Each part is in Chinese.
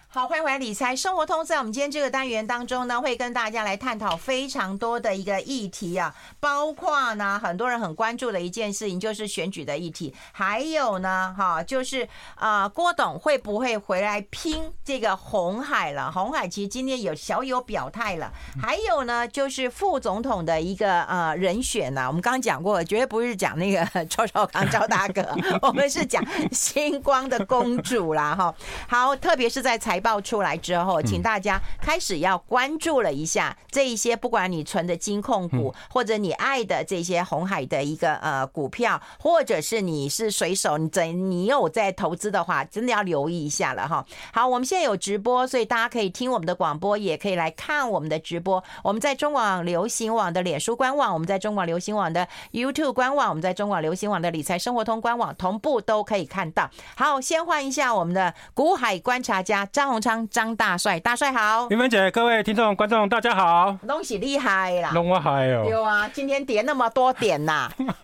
好，欢迎回来理财生活通。在我们今天这个单元当中呢，会跟大家来探讨非常多的一个议题啊，包括呢很多人很关注的一件事情就是选举的议题，还有呢就是郭董会不会回来拼这个鸿海了？鸿海其实今天小有表态了，还有呢就是副总统的一个人选啊，我们刚刚讲过，绝对不是讲那个赵少康赵大哥，我们是讲星光的公主啦哈。好，特别是在财报出来之后，请大家开始要关注了一下这一些，不管你存的金控股，或者你爱的这些鸿海的一个股票，或者是你是水手，你有在投资的话，真的要留意一下了哈。好，我们现在有直播，所以大家可以听我们的广播，也可以来看我们的直播。我们在中广流行网的脸书官网，我们在中广流行网的 YouTube 官网，我们在中广流行网的理财生活通官网同步都可以看到。好，先换一下我们的股海观察家张宏昌张大帅，大帅好。 云芬姐，各位听众观众大家好。 东西厉害啦， 弄我嗨哦。 对啊，今天跌那么多点呐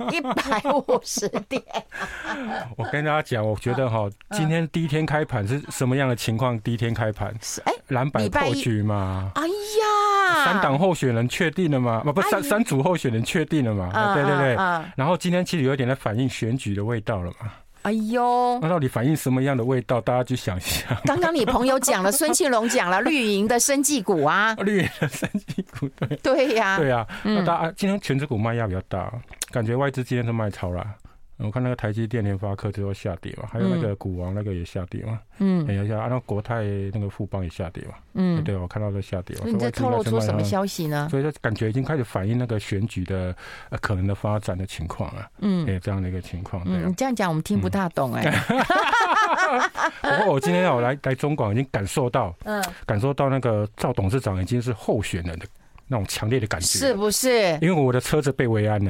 ，150点。 我跟大家讲，我觉得今天第一天开盘是什么样的情况？第一天开盘，蓝白破局嘛。 哎呀 ，3档候选人确定了嘛？不，三组候选人确定了嘛？对对对。然后今天其实有点在反映选举的味道了嘛。 哎呦， 那到底反映什么样的味道？大家去想一下。 刚刚你朋友讲了，孙庆龙讲了绿营的生技股啊， 绿营的生技股，对对呀， 对呀。那大家今天全指股卖压比较大，感觉外资今天是卖超啦。我看那个台积电、联发科最后下跌嘛，还有那个股王那个也下跌嘛，也下，那国泰那个富邦也下跌嘛，对，我看到都下跌。 你这透露出什么消息呢？ 所以就感觉已经开始反映那个选举的可能的发展的情况了，这样的一个情况。 你这样讲我们听不大懂不过我今天来中广已经感受到那个赵董事长已经是候选人的那种强烈的感觉，是不是？ 因为我的车子被围安了。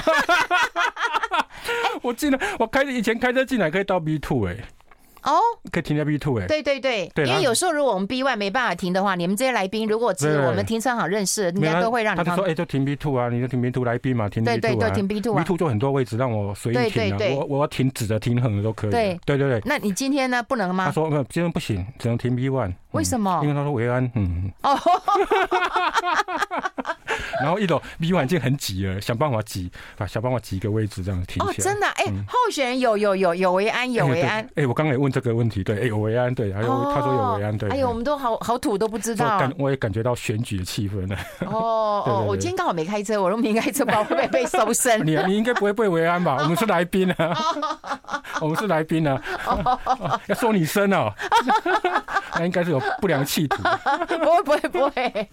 我进来，以前开车进来可以到 B2 可以停在 B2 对对对，因为有时候如果我们 B1 没办法停的话，你们这些来宾如果是我们停车行认识，人家都会让你。 他就说就停 B2 啊，你就停 B2 来宾嘛，停 B2 啊。 对对对，停 B2 啊。 B2 就很多位置让我随意停啊，我要停直的停横的都可以。对对对。 那你今天呢不能吗？ 他说今天不行，只能停 B1。 为什么？ 因为他说维安，然后1楼 B1 已经很挤了，想办法挤一个位置这样停下来。 真的候选人有维安有维安。 我刚才也问这个问题，对，有维安，对，还有他说有维安，对。 哎呦，我们都好土都不知道。 我也感觉到选举的气氛了。 我今天刚好没开车，我如果没开车，不知道会不会被搜身。 你应该不会被维安吧？我们是来宾啊，我们是来宾啊，要说你声哦。那应该是有不良企图。 不会。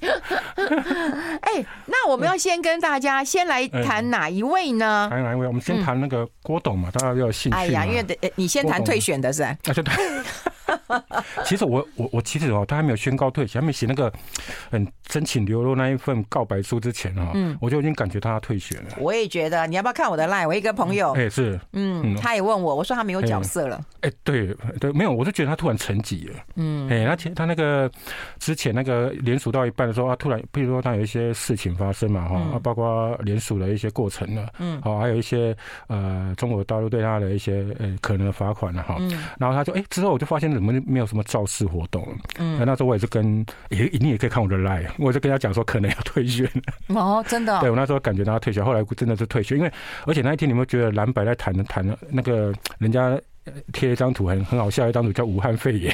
那我们要先跟大家先来谈哪一位呢？ 谈哪一位？我们先谈那个郭董嘛，大家比较有兴趣。 哎呀，因为你先谈退选的是吧？ 就对。其实我其实他还没有宣告退选，还没写那个申请流露那一份告白书之前我就已经感觉他要退选了。我也觉得，你要不要看我的 LINE？ 我一个朋友， 是， 他也问我说他没有角色了。 对，没有，我就觉得他突然沉寂了。他那个之前那个联署到一半的时候，他突然，譬如说他有一些事情发生嘛包括联署的一些过程了，还有一些中国大陆对他的一些可能的罚款了然后他就之后我就发现怎么没有什么造势活动了。那时候我也是你也可以看我的 LINE， 我就跟他讲说可能要退选了。 真的。 对，我那时候感觉他退选，后来真的是退选，因为而且那一天你们觉得蓝白在谈那个人家贴了一张图很好笑，一张图叫武汉肺炎。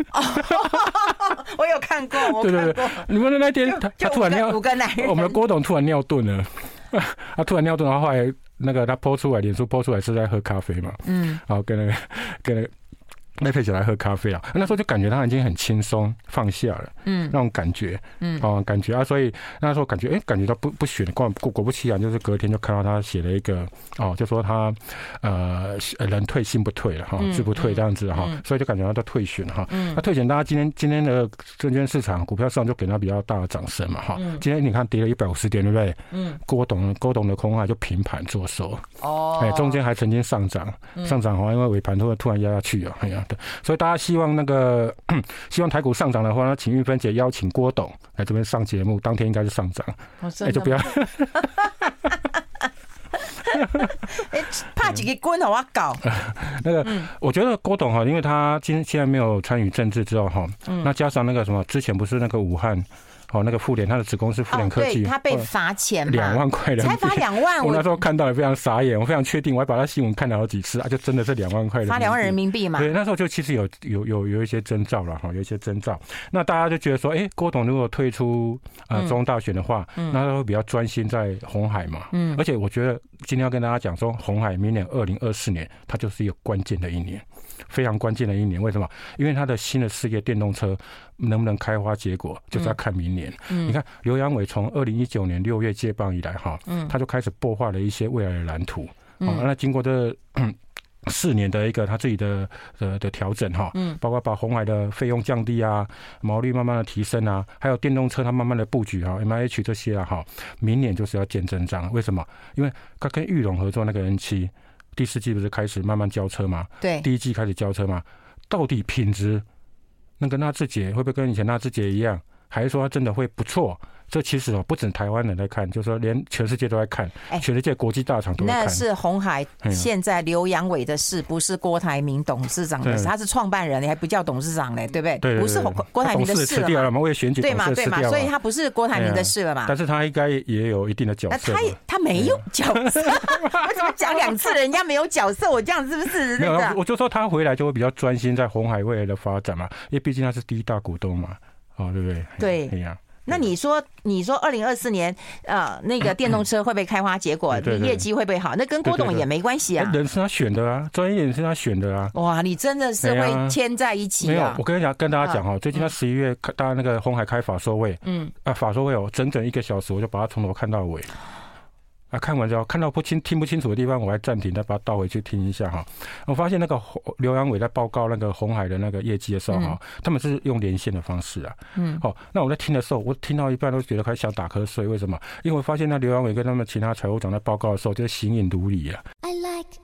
我有看过， 对对对，你们的那天他突然 5个男人， 我们的郭董突然尿遁了。他突然尿遁，然后后来那个他 po 出来，脸书 po 出来是在喝咖啡嘛，然后跟那个赖佩姐来喝咖啡啊，那时候就感觉他已经很轻松放下了，那种感觉，感觉啊，所以那时候感觉到不选，果不其然，就是隔天就看到他写了一个就说他人退心不退了志不退这样子所以就感觉到他退选那退选，大家今天的证券市场股票市场就给他比较大的掌声嘛今天你看跌了150点，对不对？郭董的空海就平盘做收中间还曾经上涨因为尾盘突然压下去所以大家希望台股上涨的话，那请玉芬姐邀请郭董来这边上节目，当天应该是上涨，就不要怕几个棍我搞。 那个，我觉得郭董哈，因为他现在没有参与政治之后哈，那加上那个什么，之前不是那个武汉。那个富联，他的子公司富联科技， 对，他被罚钱嘛 ，2万块人民币， 才罚2万。 我那时候看到也非常傻眼，我非常确定，我还把他新闻看了好几次啊，就真的是2万块人民币， 罚2万人民币嘛。 对，那时候就其实有一些征兆了哈，有一些征兆。那大家就觉得说，郭董如果退出中央大选的话，那他会比较专心在鸿海嘛。而且我觉得今天要跟大家讲说，鸿海明年2024年，它就是一个关键的一年。非常关键的一年，为什么？因为它的新的事业电动车能不能开花结果，就是要看明年。你看刘扬伟从2019年6月接棒以来，他就开始擘画了一些未来的蓝图。那经过这4年的一个他自己的调整包括把鸿海的费用降低啊，毛利慢慢的提升啊，还有电动车它慢慢的布局MIH 这些明年就是要见真章。为什么？因为他跟裕隆合作那个 N7。第4季不是开始慢慢交车吗？ 对， 第1季开始交车吗？到底品质那个纳智捷会不会跟以前纳智捷一样？还是说它真的会不错？这其实不止台湾人在看，就是说连全世界都在看，全世界国际大厂都在看。 那是鸿海现在刘扬伟的事，不是郭台铭董事长的事。他是创办人，你还不叫董事长嘞，对不对？ 对， 不是郭台铭的事了嘛？为了选举， 对嘛？对嘛？所以他不是郭台铭的事了嘛？ 但是他应该也有一定的角色。 他没有角色，我怎么讲2次人家没有角色？我这样是不是那个？ 我就说他回来就会比较专心在鸿海未来的发展嘛，因为毕竟他是第1大股东嘛，对不对？ 对。那你说2024年那个电动车会不会开花结果？业绩会不会好？那跟郭董也没关系啊。 人是他选的啊，专业人是他选的啊。 哇，你真的是会牵在一起啊！ 没有，我跟大家讲最近他11月大家那个鸿海开法说会，法说会整整1个小时，我就把它从头看到尾。看完之后，看到听不清楚的地方，我还暂停，再把它倒回去听一下我发现那个刘扬伟在报告那个鸿海的那个业绩的时候他们是用连线的方式啊。那我在听的时候，我听到一半都觉得开始想打瞌睡，为什么？因为我发现那刘扬伟跟他们其他财务长在报告的时候，就是形影如离啊。I like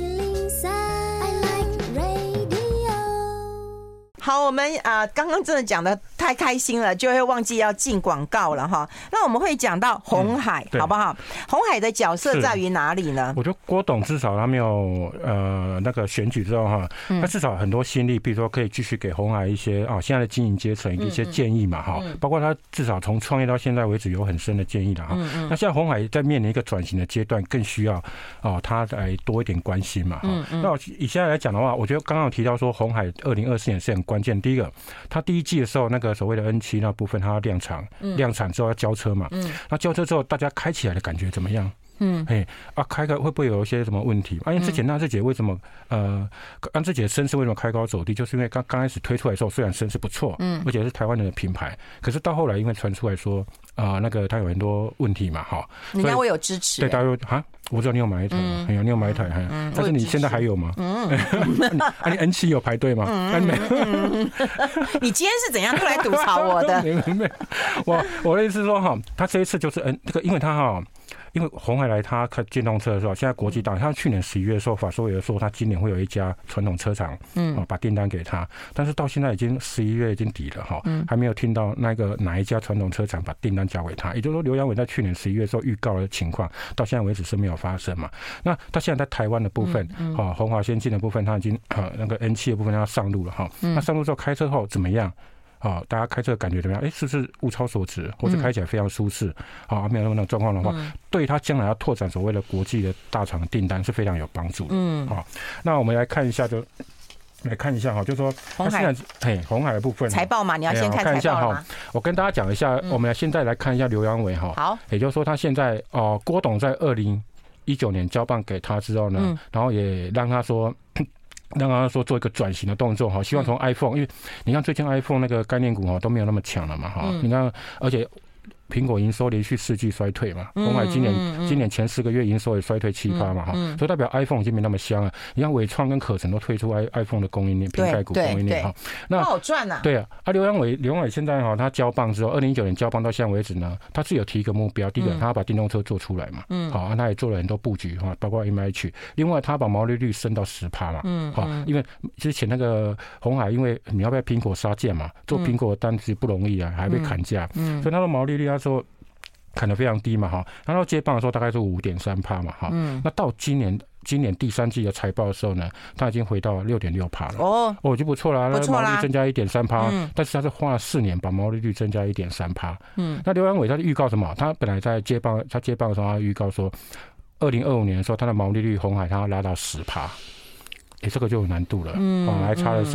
好，我们刚刚真的讲的太开心了，就会忘记要进广告了哈。那我们会讲到鸿海，好不好？鸿海的角色在于哪里呢？ 我觉得郭董至少他没有那个选举之后他至少很多心力，比如说可以继续给鸿海一些现在的经营阶层一些建议嘛包括他至少从创业到现在为止有很深的建议的那现在鸿海在面临一个转型的阶段，更需要他来多一点关心嘛那以现在来讲的话，我觉得刚刚有提到说鸿海2024年是很关键。第一个，他第1季的时候，那个所谓的 N7 那部分，他要量产之后要交车嘛。那交车之后，大家开起来的感觉怎么样？开个会不会有一些什么问题？因为之前纳智捷为什么纳智捷声势为什么开高走低？就是因为刚开始推出来的时候，虽然声势不错，而且是台湾人的品牌，可是到后来因为传出来说那个它有很多问题嘛人家会有支持。 对，大家我知道你有买一台，你有买一台，但是你现在还有吗？你 N7 有排队吗？没有。 你今天是怎样过来吐槽我的？ 我的意思是说他这一次就是这个，因为他因为鸿海来他开电动车的时候，现在国际大，他去年11月的时候，法说也说他今年会有一家传统车厂，把订单给他，但是到现在已经11月已经底了还没有听到哪一家传统车厂把订单交给他，也就是说刘扬伟在去年11月的时候预告的情况，到现在为止是没有发生嘛。那他现在在台湾的部分，鸿华先进的部分，他已经那个 N7 的部分要上路了那上路之后开车后怎么样？大家开车感觉怎么样？是不是物超所值，或者开起来非常舒适？没有那种状况的话，对他将来要拓展所谓的国际的大厂订单是非常有帮助的。那我们来看一下，就是说他现在鸿海的部分财报嘛，你要先看财报吗？ 我跟大家讲一下，我们现在来看一下刘扬伟好， 也就是说他现在郭董在2019年交棒给他之后呢，然后也让他说做一个转型的动作希望从 iPhone， 因为你看最近 iPhone 那个概念股都没有那么强了嘛你看，而且苹果营收连续4季衰退嘛，鸿海今年前4个月营收也衰退7%嘛所以代表 iPhone 已经没那么香了。你看伟创跟可成都退出 iPhone 的供应链，瓶盖股供应链那不好赚啊。 对啊，刘扬伟现在他交棒之后，2019年交棒到现在为止呢，他是有提一个目标，第一个他要把电动车做出来嘛，他也做了很多布局包括 MIH， 另外他把毛利率升到10%嘛，因为之前那个鸿海因为你要被苹果杀价嘛，做苹果的单子不容易啊，还被砍价，所以他的毛利率说砍得非常低嘛哈，然后接棒的时候大概是5.3%嘛哈，那到今年第3季的财报的时候呢，它已经回到6.6%了。哦，就不错啦，那毛利增加1.3%，但是它是花了4年把毛利率增加1.3%。那刘扬伟他是预告什么？他本来在接棒的时候，他预告说，2025年的时候，他的毛利率鸿海他要拉到10%。这个就有难度了，还差了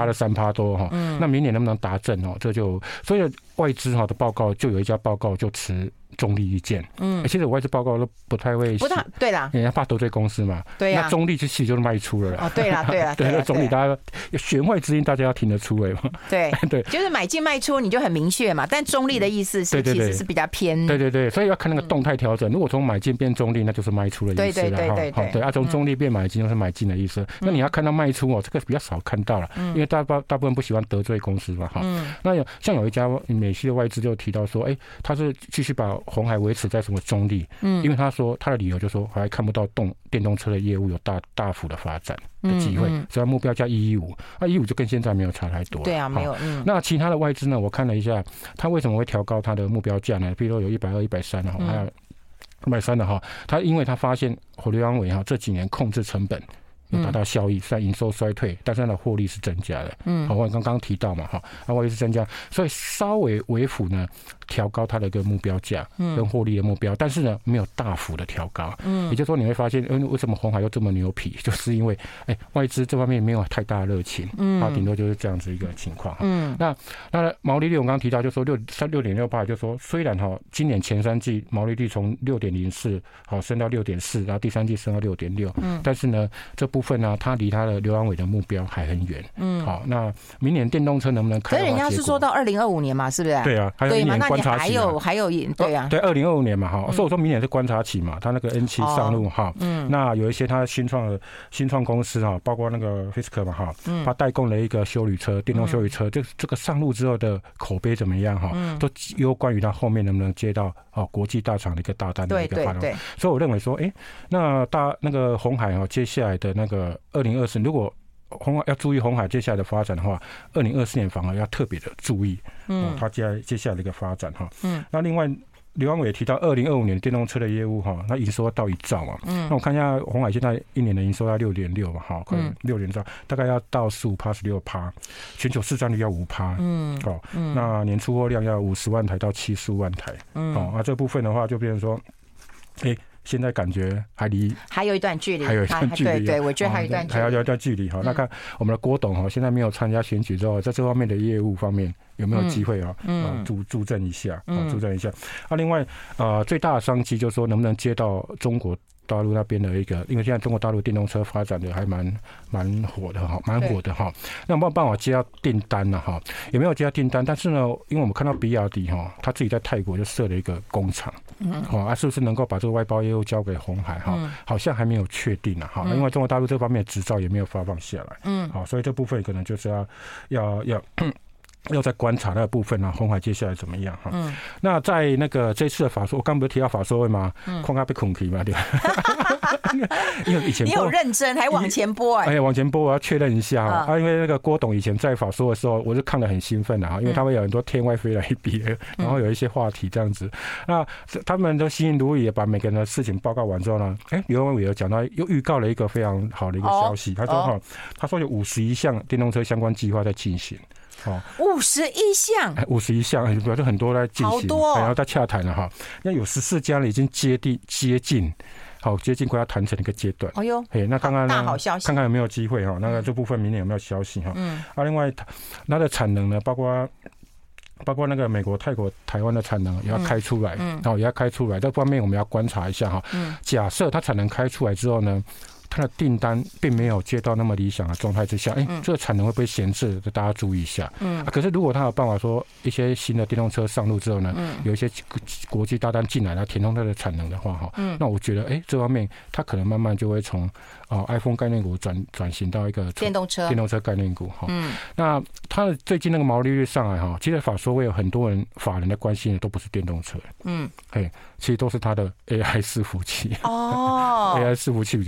3%多哈。那明年能不能达阵哦？这就所以外资的报告就有一家报告就持中立意见。其实外资报告都不太会， 对啦， 人家怕得罪公司嘛。 对呀， 那中立其实就是卖出了啦。 对啦， 对，那中立大家弦外之音，大家要听得出来嘛。 对，就是买进卖出你就很明确嘛。但中立的意思是其实是比较偏。 对，所以要看那个动态调整。如果从买进变中立，那就是卖出的意思了。对，从中立变买进就是买进的意思。那你要看到卖出这个比较少看到了，因为大部分不喜欢得罪公司嘛哈。那像有一家美系的外资就提到说，他是继续把鸿海维持在什么中立，因为他说他的理由就说还看不到电动车的业务有大幅的发展的机会，所以目标价115，那115就跟现在没有差太多。 对啊，没有。 那其他的外资呢？我看了一下，他为什么会调高他的目标价呢？比如说有120、130的，还有130的哈，他因为他发现刘扬伟这几年控制成本。有达到效益，虽然营收衰退，但是它的获利是增加的。我刚刚提到嘛，获利是增加，所以稍微微幅呢调高它的一个目标价跟获利的目标，但是呢没有大幅的调高。也就是说你会发现，为什么鸿海又这么牛皮，就是因为外资这方面没有太大的热情，顶多就是这样子一个情况。那毛利率我刚刚提到，就说6.6%，就说虽然今年前3季毛利率从6.04升到6.4，然后第3季升到6.6，但是呢这部分呢，它离它的刘扬伟的目标还很远。好，那明年电动车能不能开？ 可是人家是说到2025年嘛，是不是？ 对啊，还有1年观察期。 还有，对啊， 对，2025年嘛，所以我说明年是观察期嘛。它那个 N7 上路哈，那有一些它新创公司包括那个 Fisker 嘛它代工了一个休旅车，电动休旅车，这个上路之后的口碑怎么样都攸关于它后面能不能接到国际大厂的一个大单的一个发展。所以我认为说，那个鸿海接下来的那个2024，如果鸿海要注意鸿海接下来的发展的话，2024年反而要特别的注意，它接下来的一个发展那另外刘扬伟也提到2025年电动车的业务那营收要到1兆嘛，那我看一下鸿海现在1年的营收要6.6嘛，快6.6兆，大概要到15%、16%，全球市占率要5%，那年出货量要50万台到75万台，这部分的话就变成说，现在感觉还有一段距离，对，我觉得还有一段距离，还要一段距离那看我们的郭董现在没有参加选举之后，在这方面的业务方面有没有机会助阵一下，另外最大的商机就是说能不能接到中国大陆那边的一个，因为现在中国大陆电动车发展的还蛮火的那有没有办法接到订单呢？有没有接到订单？但是呢，因为我们看到比亚迪他自己在泰国就设了一个工厂，是不是能够把这个外包业务交给鸿海好像还没有确定因为中国大陆这方面的执照也没有发放下来，所以这部分可能就是要再观察那个部分鸿海接下来怎么样那在那个这次的法说，我刚不是提到法说会吗？看他被恐惧嘛，对吧？因为以前你有认真还往前播往前播我要确认一下因为那个郭董以前在法说的时候，我是看得很兴奋因为他们有很多天外飞来一笔，然后有一些话题这样子。那他们都心如意，也把每个人的事情报告完之后呢，刘扬伟有讲到，又预告了一个非常好的一个消息，他说有51项电动车相关计划在进行。 51项， 表示很多在进行， 好多然后在洽谈了那有14家已经接近快要谈成一个阶段。那看看大好消息， 看看有没有机会那个这部分明年有没有消息另外它的产能呢，包括那个美国、泰国、台湾的产能也要开出来，也要开出来，这方面我们要观察一下假设它产能开出来之后呢，它的订单并没有接到那么理想的状态之下，这个产能会不会闲置？大家注意一下。可是如果他有办法说一些新的电动车上路之后呢，有一些国际大单进来了，填充它的产能的话，那我觉得这方面它可能慢慢就会从iPhone 概念股转型到一个电动车概念股那它的最近那个毛利率上来其实法说会有很多法人的关心的都不是电动车，其实都是它的 AI 伺服器AI 伺服器比较多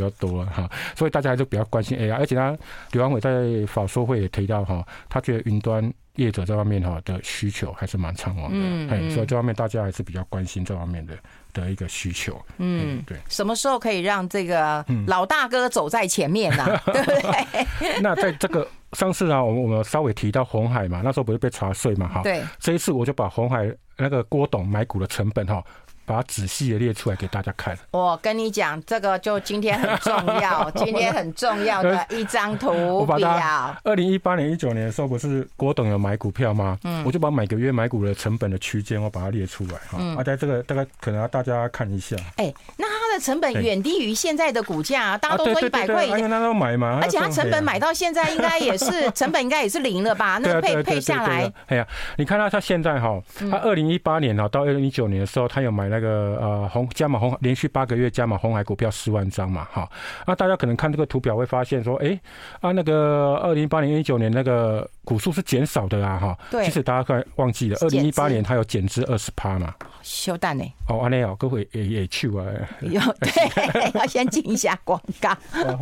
哈，所以大家还是比较关心 AI， 而且刘安伟在法说会也提到哈，他觉得云端业者这方面的需求还是蛮畅旺的，所以这方面大家还是比较关心这方面的一个需求。对。 什么时候可以让这个老大哥走在前面呢？对不对？ 那在这个上次啊，我们稍微提到鸿海嘛，那时候不是被查税嘛，哈。 对。 这一次我就把鸿海那个郭董买股的成本哈，把它仔细的列出来给大家看。 我跟你讲，这个就今天很重要，今天很重要的一张图表。 2018年、19年的时候，不是郭董有买股票吗？我就把每个月买股的成本的区间，我把它列出来哈。在这个大概可能要大家看一下。 那它的成本远低于现在的股价，大家都说100块， 因为他都买嘛。 而且它成本买到现在应该也是成本应该也是0了吧？那配下来， 哎呀，你看到他现在哈，他2018年到2019年的时候，他有买那个加码鸿连续8个月加码鸿海股票10万张嘛，哈。那大家可能看这个图表会发现说，那个2018年、2019年那个股数是减少的啊，哈。 对。 其实大家快忘记了，2018年它有减资20%嘛。 修蛋呢？ 安尼各位也去啊。 对，要先进一下广告。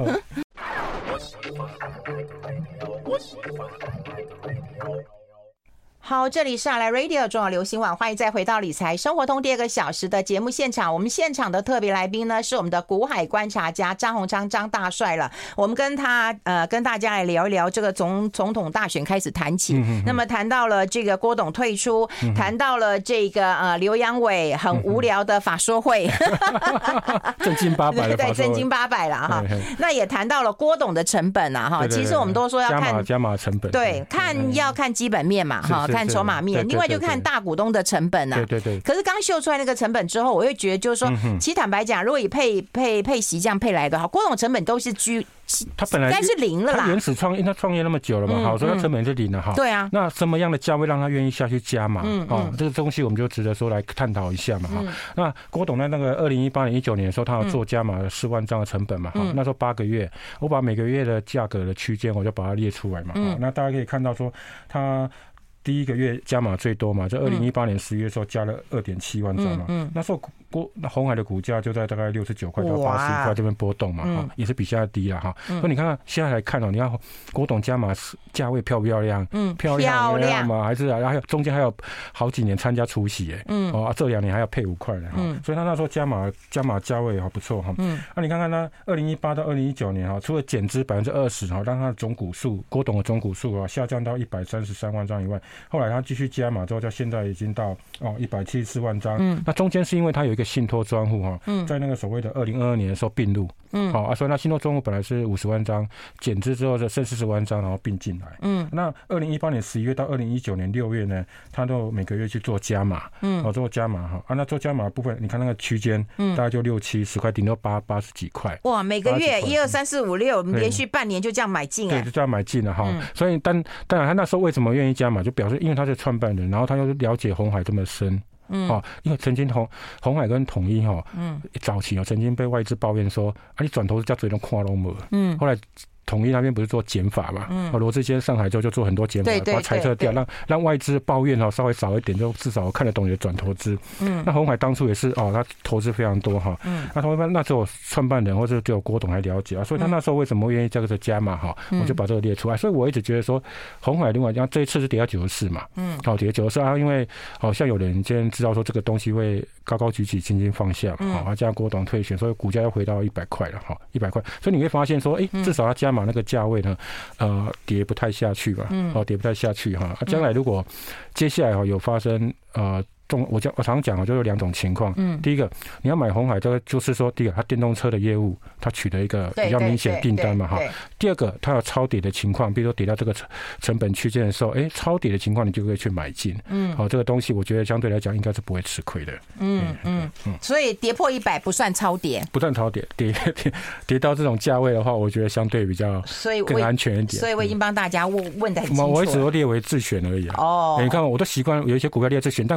好，这里是来 Radio 中央流行网，欢迎再回到理财生活通第2个小时的节目现场。我们现场的特别来宾呢，是我们的股海观察家张宏昌张大帅了。我们跟他跟大家来聊一聊这个总统大选开始谈起，那么谈到了这个郭董退出，谈到了这个刘扬伟很无聊的法说会， 正经800的法说会， 对，正经800了哈。那也谈到了郭董的成本啊哈，其实我们都说要看加码成本， 对，要看基本面嘛哈。看筹码面，另外就看大股东的成本啊。 对。 可是刚秀出来那个成本之后，我会觉得就是说，其实坦白讲，如果以配息这样配来的话，郭董成本都是他本来应该是0了啦。 他原始因为他创业那么久了嘛，好，所以他成本是0了哈。 对啊。 那什么样的价位让他愿意下去加嘛？这个东西我们就值得说来探讨一下嘛哈。那郭董在那个2018年、19年的时候，他有做加码10万张的成本嘛，那时候8个月，我把每个月的价格的区间我就把它列出来嘛。那大家可以看到说他。第1个月加码最多嘛，在2018年10月的时候加了2.7万张嘛，那时候鸿海的股价就在大概69块到81块这边波动嘛，也是比现在低了哈。所以你看看现在来看你看郭董加码价位漂不漂亮？漂亮嘛，还是还有中间还有好几年参加除息这2年还要配5块的哈，所以他那时候加码价位还不错哈。那你看看他2018到2019年哈，除了减资20%哈，让他的总股数郭董的总股数下降到133万张以外。后来他继续加码之后，到现在已经到174万张。那中间是因为他有一个信托专户哈，在那个所谓的2022年的时候并入，所以那信托专户本来是50万张，减资之后剩40万张，然后并进来。那2018年11月到2019年6月呢，他都每个月去做加码，做加码哈。那做加码的部分，你看那个区间，大概就6、7、10块，顶多80几块。 哇，每个月1、2、3、4、5、6，连续半年就这样买进对，就这样买进了哈。所以当然他那时候为什么愿意加码，就表示因为他是创办人，然后他又了解鸿海这么深，因为曾经鸿海跟统一早期曾经被外资抱怨说你转投资叫最多看都没，后来统一那边不是做减法嘛？罗志坚上海之后就做很多减法，把它裁撤掉，让外资抱怨稍微少一点，就至少看得懂你的转投资。那鸿海当初也是他投资非常多哈。那同一那只有创办人或者只有郭董还了解啊，所以他那时候为什么愿意这个加码哈？我就把这个列出来。所以我一直觉得说，鸿海另外讲这一次是跌到94嘛，跌到94啊，因为好像有人今天知道说这个东西会高高举起，轻轻放下嘛，这样郭董退选，所以股价又回到100块了哈，100块。所以你会发现说，至少他加码那个价位呢，跌不太下去吧？跌不太下去哈。将来如果接下来有发生我常讲就有2种情况。第一个，你要买鸿海，这个就是说，第一个，它电动车的业务，它取得一个比较明显的订单嘛哈。第二个，它有超跌的情况，比如说跌到这个成本区间的时候，超跌的情况你就可以去买进。这个东西我觉得相对来讲应该是不会吃亏的。 所以跌破100不算超跌， 不算超跌，跌到这种价位的话，我觉得相对比较更安全一点。 所以我已经帮大家问得很清楚。 我一直都列为自选而已啊。你看我都习惯有一些股票列自选，但要不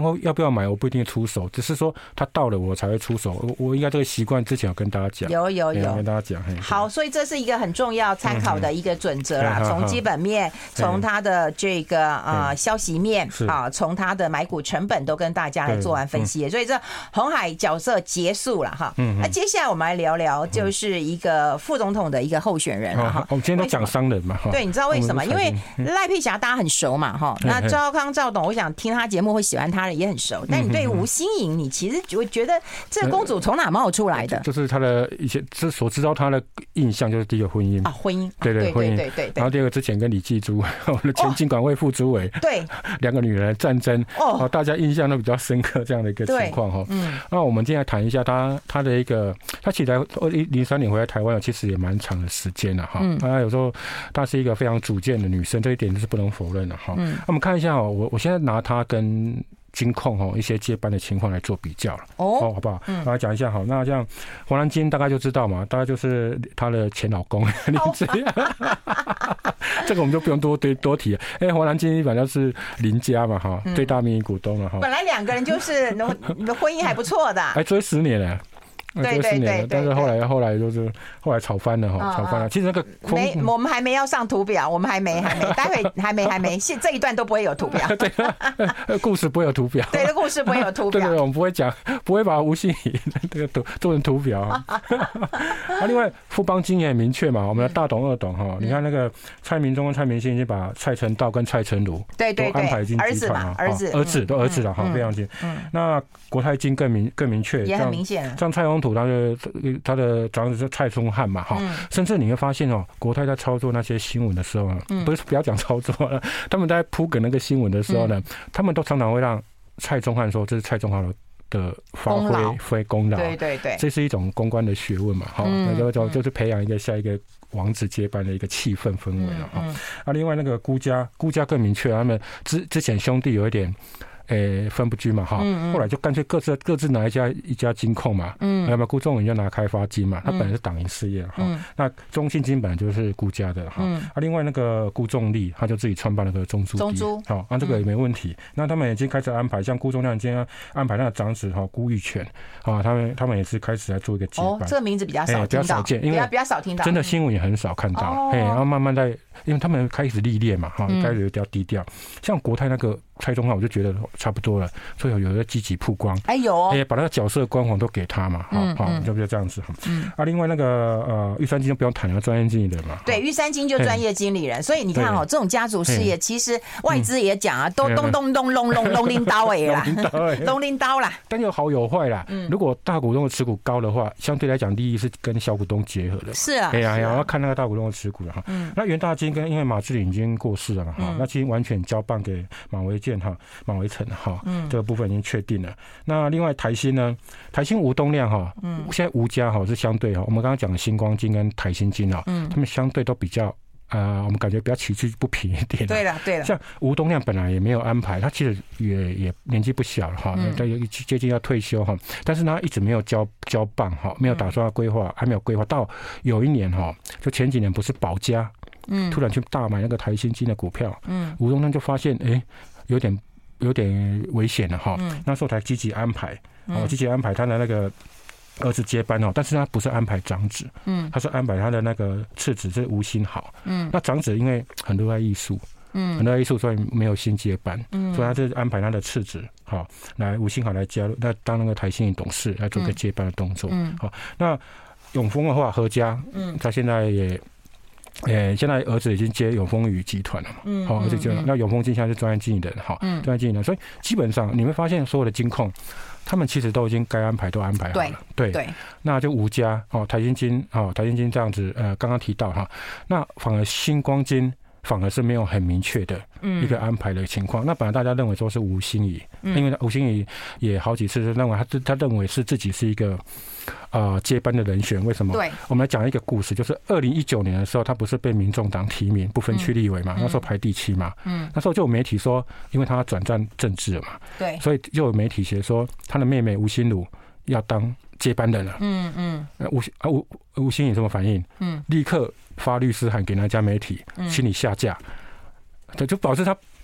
票买，我不一定出手，只是说他到了我才会出手。我应该这个习惯之前有跟大家讲，有跟大家讲。 好，所以这是一个很重要参考的一个准则啦。从基本面，从它的这个消息面啊，从它的买股成本都跟大家来做完分析。所以这鸿海角色结束了哈。那接下来我们来聊聊，就是一个副总统的一个候选人了哈。 我们今天都讲商人嘛， 对，你知道为什么？因为赖佩霞大家很熟嘛哈。那赵康赵董，我想听他节目会喜欢他的也很熟。但你对吴欣颖，你其实就觉得这个公主从哪冒出来的？ 就是他的以前所知道他的印象就是第一个婚姻啊，婚姻， 对婚姻，对。然后第二个之前跟李纪珠，我们的前金管会副主委，对，两个女人的战争，大家印象都比较深刻这样的一个情况哈。那我们今天来谈一下他的一个，他其实2003年回来台湾，其实也蛮长的时间了哈。他有时候她是一个非常主见的女生，这一点是不能否认的哈。那我们看一下我现在拿她跟金控一些接班的情况来做比较了好不好？来讲一下好。那像黄兰金大概就知道嘛，大概就是她的前老公林志扬，这个我们就不用多提了。黄兰金反正是林家嘛哈，最大民营股东了哈。 本来两个人就是婚姻还不错的， 追10年了。对，但是后来就是后来吵翻了哈，吵翻了。其实那个我们还没要上图表，我们还没，待会还没，这一段都不会有图表。 对，故事不会有图表。 对，故事不会有图表。 对，我们不会把吴欣颖这个做成图表啊。另外富邦金也很明确嘛，我们的大董二董哈，你看那个蔡明忠跟蔡明信已经把蔡成道跟蔡成儒都安排进集团啊，儿子了哈，非常近。那国泰金更明确， 也很明显。 像蔡宏图他的长子是蔡宗翰嘛哈，甚至你会发现国泰在操作那些新闻的时候不要讲操作了，他们在铺梗那个新闻的时候呢，他们都常常会让蔡宗翰说这是蔡宗翰的发挥功劳，对，这是一种公关的学问嘛哈，那就是培养下一个王子接班的一个气氛氛围了哈。另外那个辜家更明确，他们之前兄弟有一点。分不均嘛哈，后来就干脆各自拿一家金控嘛，那么辜仲允就拿开发金嘛，他本来是党营事业哈，那中信金本来就是辜家的哈，另外那个辜仲立他就自己创办那个中租，好，这个也没问题。那他们已经开始安排，像辜仲亮今天安排那个长子辜玉泉啊，他们也是开始来做一个接班。 这个名字比较少见，因为比较少听到， 真的新闻也很少看到，然后慢慢因为他们开始历练嘛哈，开始比较低调。像国泰那个蔡宗翰，我就觉得差不多了，所以有一个积极曝光，把那个角色光环都给他嘛，好，就这样子哈。另外那个玉山金就不用谈了，专业经理人嘛。 对，玉山金就专业经理人，所以你看这种家族事业，其实外资也讲啊，都龙拎刀啦，龙拎刀啦。 但有好有坏啦。如果大股东的持股高的话，相对来讲利益是跟小股东结合的。 是啊， 要看那个大股东的持股了哈。那元大金因为马志麟已经过世了嘛哈，那其实完全交棒给马维健马维成哈，这个部分已经确定了。那另外台新呢，台新吴东亮哈，现在吴家是相对我们刚刚讲的星光金跟台新金他们相对都比较我们感觉比较崎岖不平一点。 对了，像吴东亮本来也没有安排，他其实也年纪不小了哈，接近要退休哈，但是他一直没有交棒哈，没有打算要规划，还没有规划到有一年哈，就前几年不是保家。突然去大买那个台新金的股票，吴东亮就发现有点危险了哈，那时候才积极安排他的那个儿子接班但是他不是安排长子，他是安排他的那个次子是吴新豪，那长子因为很热爱艺术，所以没有新接班，所以他就安排他的次子来吴新豪来加入，当那个台新董事来做个接班的动作，那永丰的话何家，他现在现在儿子已经接永丰宇集团了嘛，儿子接了，那永丰金现在是专业经理人，专业经理人，所以基本上你会发现所有的金控，他们其实都已经该安排都安排好了，对，那就吴家台新金这样子，刚刚提到那反而星光金反而是没有很明确的一个安排的情况。那本来大家认为说是吴欣怡，因为吴欣怡也好几次是认为他认为是自己是一个接班的人选。为什么？对，我们来讲一个故事，就是2019年的时候，他不是被民众党提名不分区立委嘛，那时候排第7嘛，那时候就有媒体说，因为他转战政治了嘛，对，所以就有媒体写说他的妹妹吴欣如要当接班人了。吴欣怡什么反应？立刻发律师函给那家媒体，请你下架。就表示他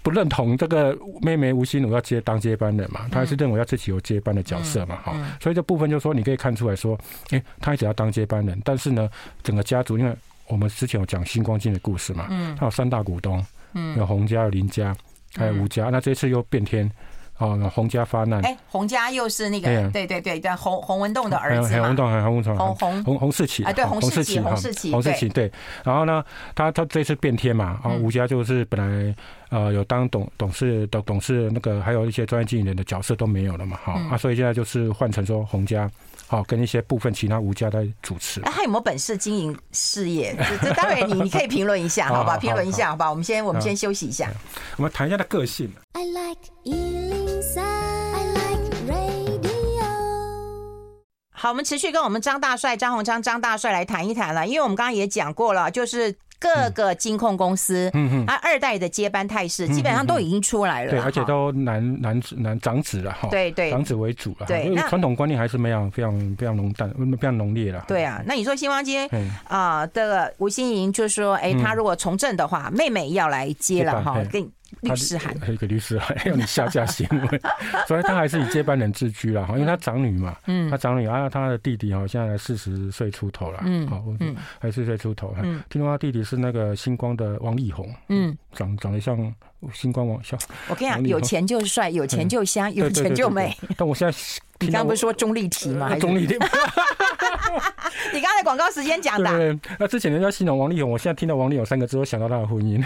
不认同这个妹妹吴心如要当接班人嘛，他还是认为要自己有接班的角色嘛，所以这部分就说你可以看出来说，他一直要当接班人，但是呢，整个家族因为我们之前有讲星光金的故事嘛，他有3大股东，有洪家、有林家，还有吴家，那这次又变天。洪家发难。 洪家又是那个，对，洪文栋的儿子嘛。 洪世奇啊， 对，洪世奇， 对。然后呢，他这次变天嘛，吴家就是本来有当董事那个，还有一些专业经理人的角色都没有了嘛，所以现在就是换成说洪家。跟一些部分其他吴家在主持。他有没有本事经营事业？这当然你可以评论一下，好吧？评论一下，好吧？我们先休息一下。 我们谈一下他的个性。 I like 103, I like radio。 好，我们持续跟我们张宏昌张大帅来谈一谈了，因为我们刚刚也讲过了，就是各个金控公司，二代的接班态势基本上都已经出来了， 对，而且都男长子了哈， 对， 长子为主了， 对， 因为传统观念还是非常浓烈了， 对啊。那你说星光金的吴欣盈就是说，他如果从政的话，妹妹要来接了哈，跟律师函， 还有一个律师函要你下架新闻，所以他还是以接班人自居了，因为他长女嘛，他长女他的弟弟现在40岁出头了，还40岁出头，听说他弟弟是那个星光的王力宏，长得像星光王像。我跟你讲，有钱就帅，有钱就香，有钱就美。 但我现在你刚刚不是说钟丽缇吗？ 钟丽缇。 你刚才广告时间讲的。 对，那之前人家形容王力宏，我现在听到王力宏3个字，我想到他的婚姻。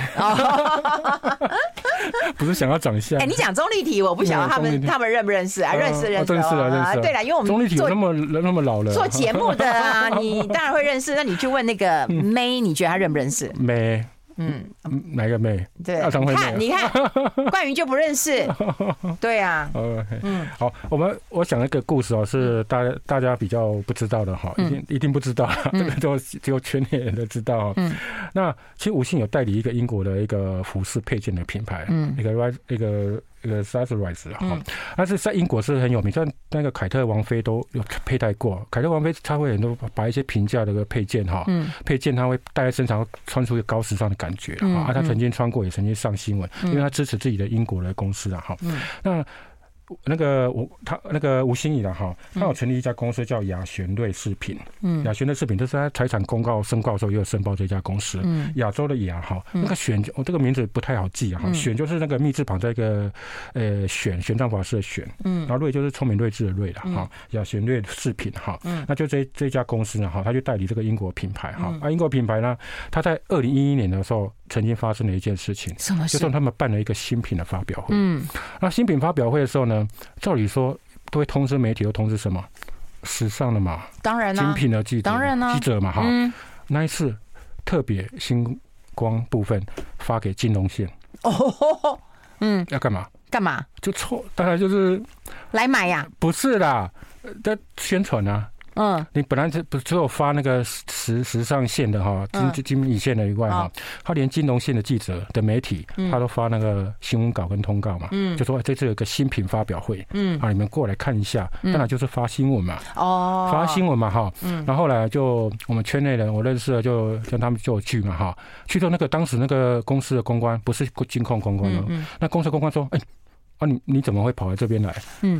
不是想要长相。 你讲钟丽缇，我不晓得他们认不认识啊？认识了。 对了，因为我们钟丽缇那么老了， 做节目的啊，你当然会认识。那你去问那个妹，你觉得他认不认识？ 妹。哪个妹？ 对，你看，冠瑜就不认识。对啊。 好，我想一个故事是大家比较不知道的哈，一定不知道，这个都只有圈内人都知道。那其实吴欣有代理一个英国的一个服饰配件的品牌，一个 Sazerac 但是在英国是很有名，像那个凯特王妃都有佩戴过。凯特王妃她会很多把一些平价的配件配件她会戴在身上，穿出一个高时尚的感觉她曾经穿过，也曾经上新闻，因为她支持自己的英国的公司那个吴欣怡他有成立一家公司叫雅旋瑞饰品，雅旋瑞饰品就是他财产公告申报的时候也有申报这家公司，亚洲的雅那个选这个名字不太好记选就是那个密字旁在一个玄奘法师的玄，然后瑞就是聪明睿智的睿了雅旋瑞饰品那就这家公司呢他就代理这个英国品牌英国品牌呢，他在2011年的时候曾经发生了一件事情， 什么事？ 就是他们办了一个新品的发表会，那新品发表会的时候呢，照理说都会通知媒体，都通知什么？时尚的嘛， 当然精品的记者， 当然记者嘛那一次特别星光部分发给金融线，要干嘛？ 干嘛？ 就错，当然就是来买呀？ 不是啦，在宣传啊。你本来不只有发那个时尚线的精品线的以外他连金融线的记者的媒体他都发那个新闻稿跟通告嘛，就说这次有个新品发表会，你们过来看一下，当然就是发新闻嘛，发新闻嘛然后后来就我们圈内人我认识了，就跟他们就去嘛去到那个当时那个公司的公关，不是金控公关那公司公关说，你怎么会跑来这边来？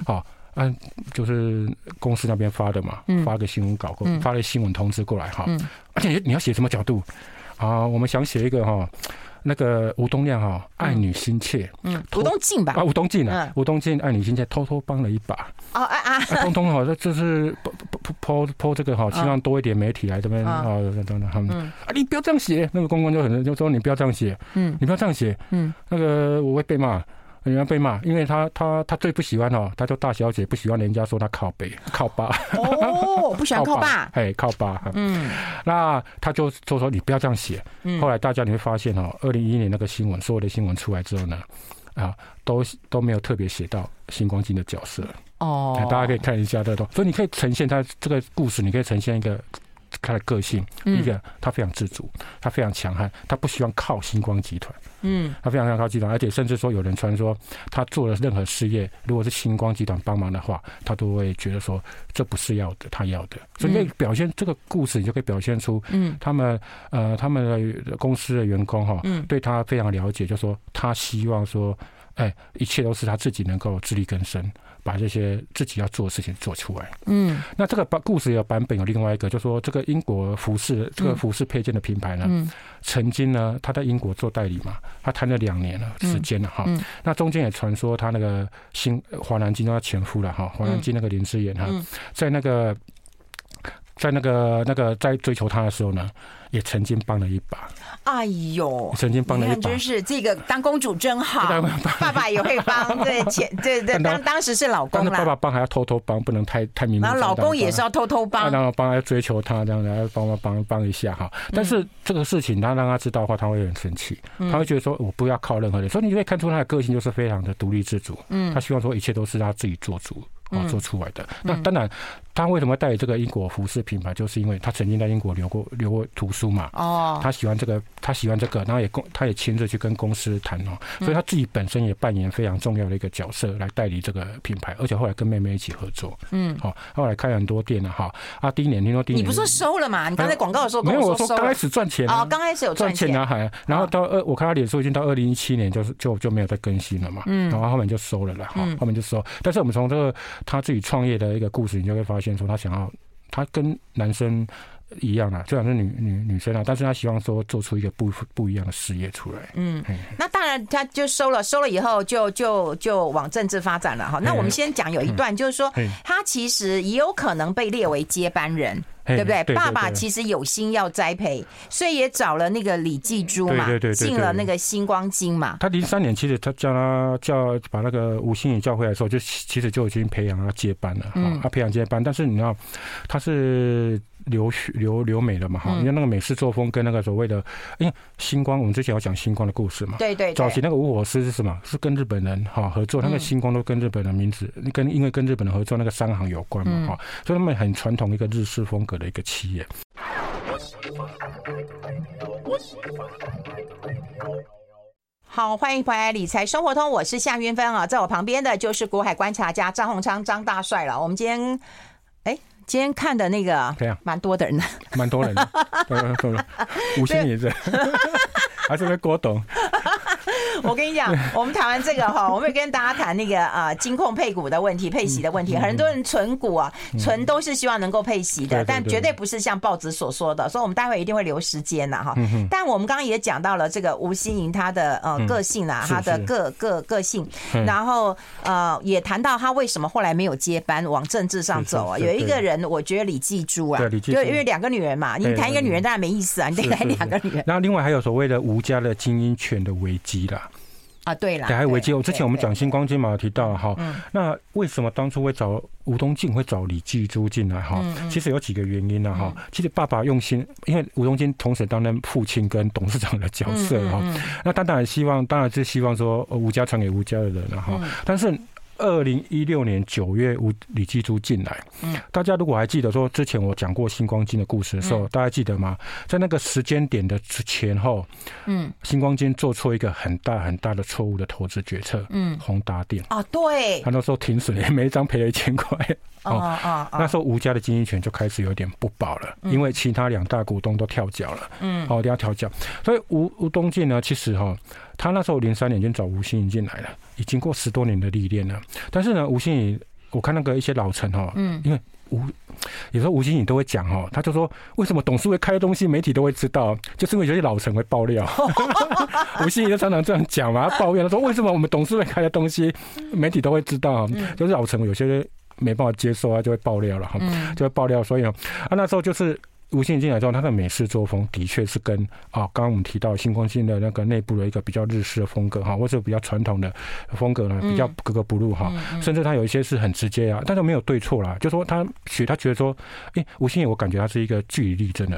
就是公司那边发的嘛，发个新闻稿，发个新闻通知过来而且你要写什么角度我们想写一个那个吴东亮爱女心切， 吴东进吧， 吴东进吴东进爱女心切，偷偷帮了一把通通就是抛这个希望多一点媒体来这边你不要这样写，那个公关就说你不要这样写，你不要这样写，那个我会被骂。人家被骂，因为他最不喜欢他叫大小姐，不喜欢人家说他靠爸不喜欢靠爸， 靠爸，那他就说你不要这样写。后来大家你会发现2011年那个新闻，所有的新闻出来之后呢，都没有特别写到星光金的角色大家可以看一下所以你可以呈现他这个故事，你可以呈现一个他的个性，一个他非常自主，他非常强悍，他不希望靠星光集团。他非常想靠集团，而且甚至说有人传说他做了任何事业，如果是星光集团帮忙的话，他都会觉得说这不是要的，他要的。所以表现这个故事，你就可以表现出他们的公司的员工对他非常了解，就说他希望说，一切都是他自己能够自力更生，把这些自己要做的事情做出来。那这个故事的版本有另外一个，就是说这个英国服饰这个服饰配件的品牌呢，曾经呢他在英国做代理嘛，他谈了2年了时间了哈。那中间也传说他那个华南金他前夫了哈，华南金那个林志妍哈，在追求他的时候呢，也曾经帮了一把。 哎呦， 曾经帮了一把， 真是这个当公主真好，爸爸也会帮，对，当时是老公啦， 但是爸爸帮还要偷偷帮，不能太明目张胆。 然后老公也是要偷偷帮， 然后帮他追求他，这样子帮一下哈。但是这个事情他让他知道的话，他会很生气，他会觉得说我不要靠任何人，所以你可以看出他的个性就是非常的独立自主，他希望说一切都是他自己做主。做出来的。那当然，他为什么代理这个英国服饰品牌，就是因为他曾经在英国留过读书嘛。他喜欢这个，然后他也亲自去跟公司谈所以他自己本身也扮演非常重要的一个角色来代理这个品牌，而且后来跟妹妹一起合作。后来开很多店了第一年听说你不是说收了吗？你刚才广告的时候跟我说收了。 没有，我说刚开始赚钱刚开始有赚钱然后到我看他脸书已经到2017年就没有再更新了嘛。然后后面就收了啦。后面就收。但是我们从这个他自己创业的一个故事，你就会发现说，他跟男生一样就像是女生但是他希望说做出一个不一样的事业出来。 那当然他就收了以后就往政治发展了那我们先讲有一段，就是说他其实也有可能被列为接班人。对不对？爸爸其实有心要栽培，所以也找了那个李继珠嘛，进了那个星光金嘛。 他03年其实他叫把那个吴欣颖叫回来的时候，其实就已经培养他接班了。他培养接班，但是你知道他是留美的嘛因为那个美式作风跟那个所谓的，因为星光我们之前有讲星光的故事嘛。 对。 早期那个吴火狮是什么？是跟日本人合作，那个星光都跟日本人名字因为跟日本人合作那个商行有关嘛所以他们很传统一个日式风格的一个企业。 好，欢迎回来理财生活通，我是夏云芬在我旁边的就是国海观察家张宏昌张大帅了。我们今天看的那个蛮多的人的， 蛮多人的吴欣颖还是郭董。 我跟你讲，我们谈完这个我们会跟大家谈那个金控配股的问题、配息的问题。很多人存股存都是希望能够配息的，但绝对不是像报纸所说的。所以我们待会一定会留时间但我们刚刚也讲到了这个吴欣颖她的个性她的个性，然后也谈到她为什么后来没有接班往政治上走有一个人，我觉得李继珠就因为2个女人嘛，你谈一个女人当然没意思你得谈2个女人。 然后另外还有所谓的吴家的经营权的危机啦。 对啦， 还有危机。之前我们讲星光金嘛提到那为什么当初会找吴东进会找李继珠进来其实有几个原因其实爸爸用心，因为吴东进同时担任父亲跟董事长的角色那当然是希望说吴家传给吴家的人但是2016年9月李继珠进来大家如果还记得说之前我讲过星光金的故事的时候大家记得吗？在那个时间点的前后星光金做出一个很大的错误的投资决策宏达电对， 他那时候停损每一张赔了1000块那时候吴家的经营权就开始有点不保了因为其他2大股东都跳脚了一定要跳脚。所以吴东进呢其实他那时候03年已经找吴欣颖进来了，已经过10多年的历练了。但是呢吴欣颖我看那个一些老陈因为有时候吴欣颖都会讲他就说为什么董事会开的东西媒体都会知道，就是因为有些老陈会爆料吴欣颖就常常这样讲嘛，他抱怨他说为什么我们董事会开的东西媒体都会知道就是老陈有些没办法接受就会爆料了就会爆料。所以那时候就是吴欣颖进来之后，他的美式作风的确是跟刚刚我们提到星光金的那个内部的一个比较日式的风格或者比较传统的风格呢，比较格格不入甚至他有一些是很直接但是没有对错啦，就说他觉得说吴欣颖我感觉他是一个据理力争的人，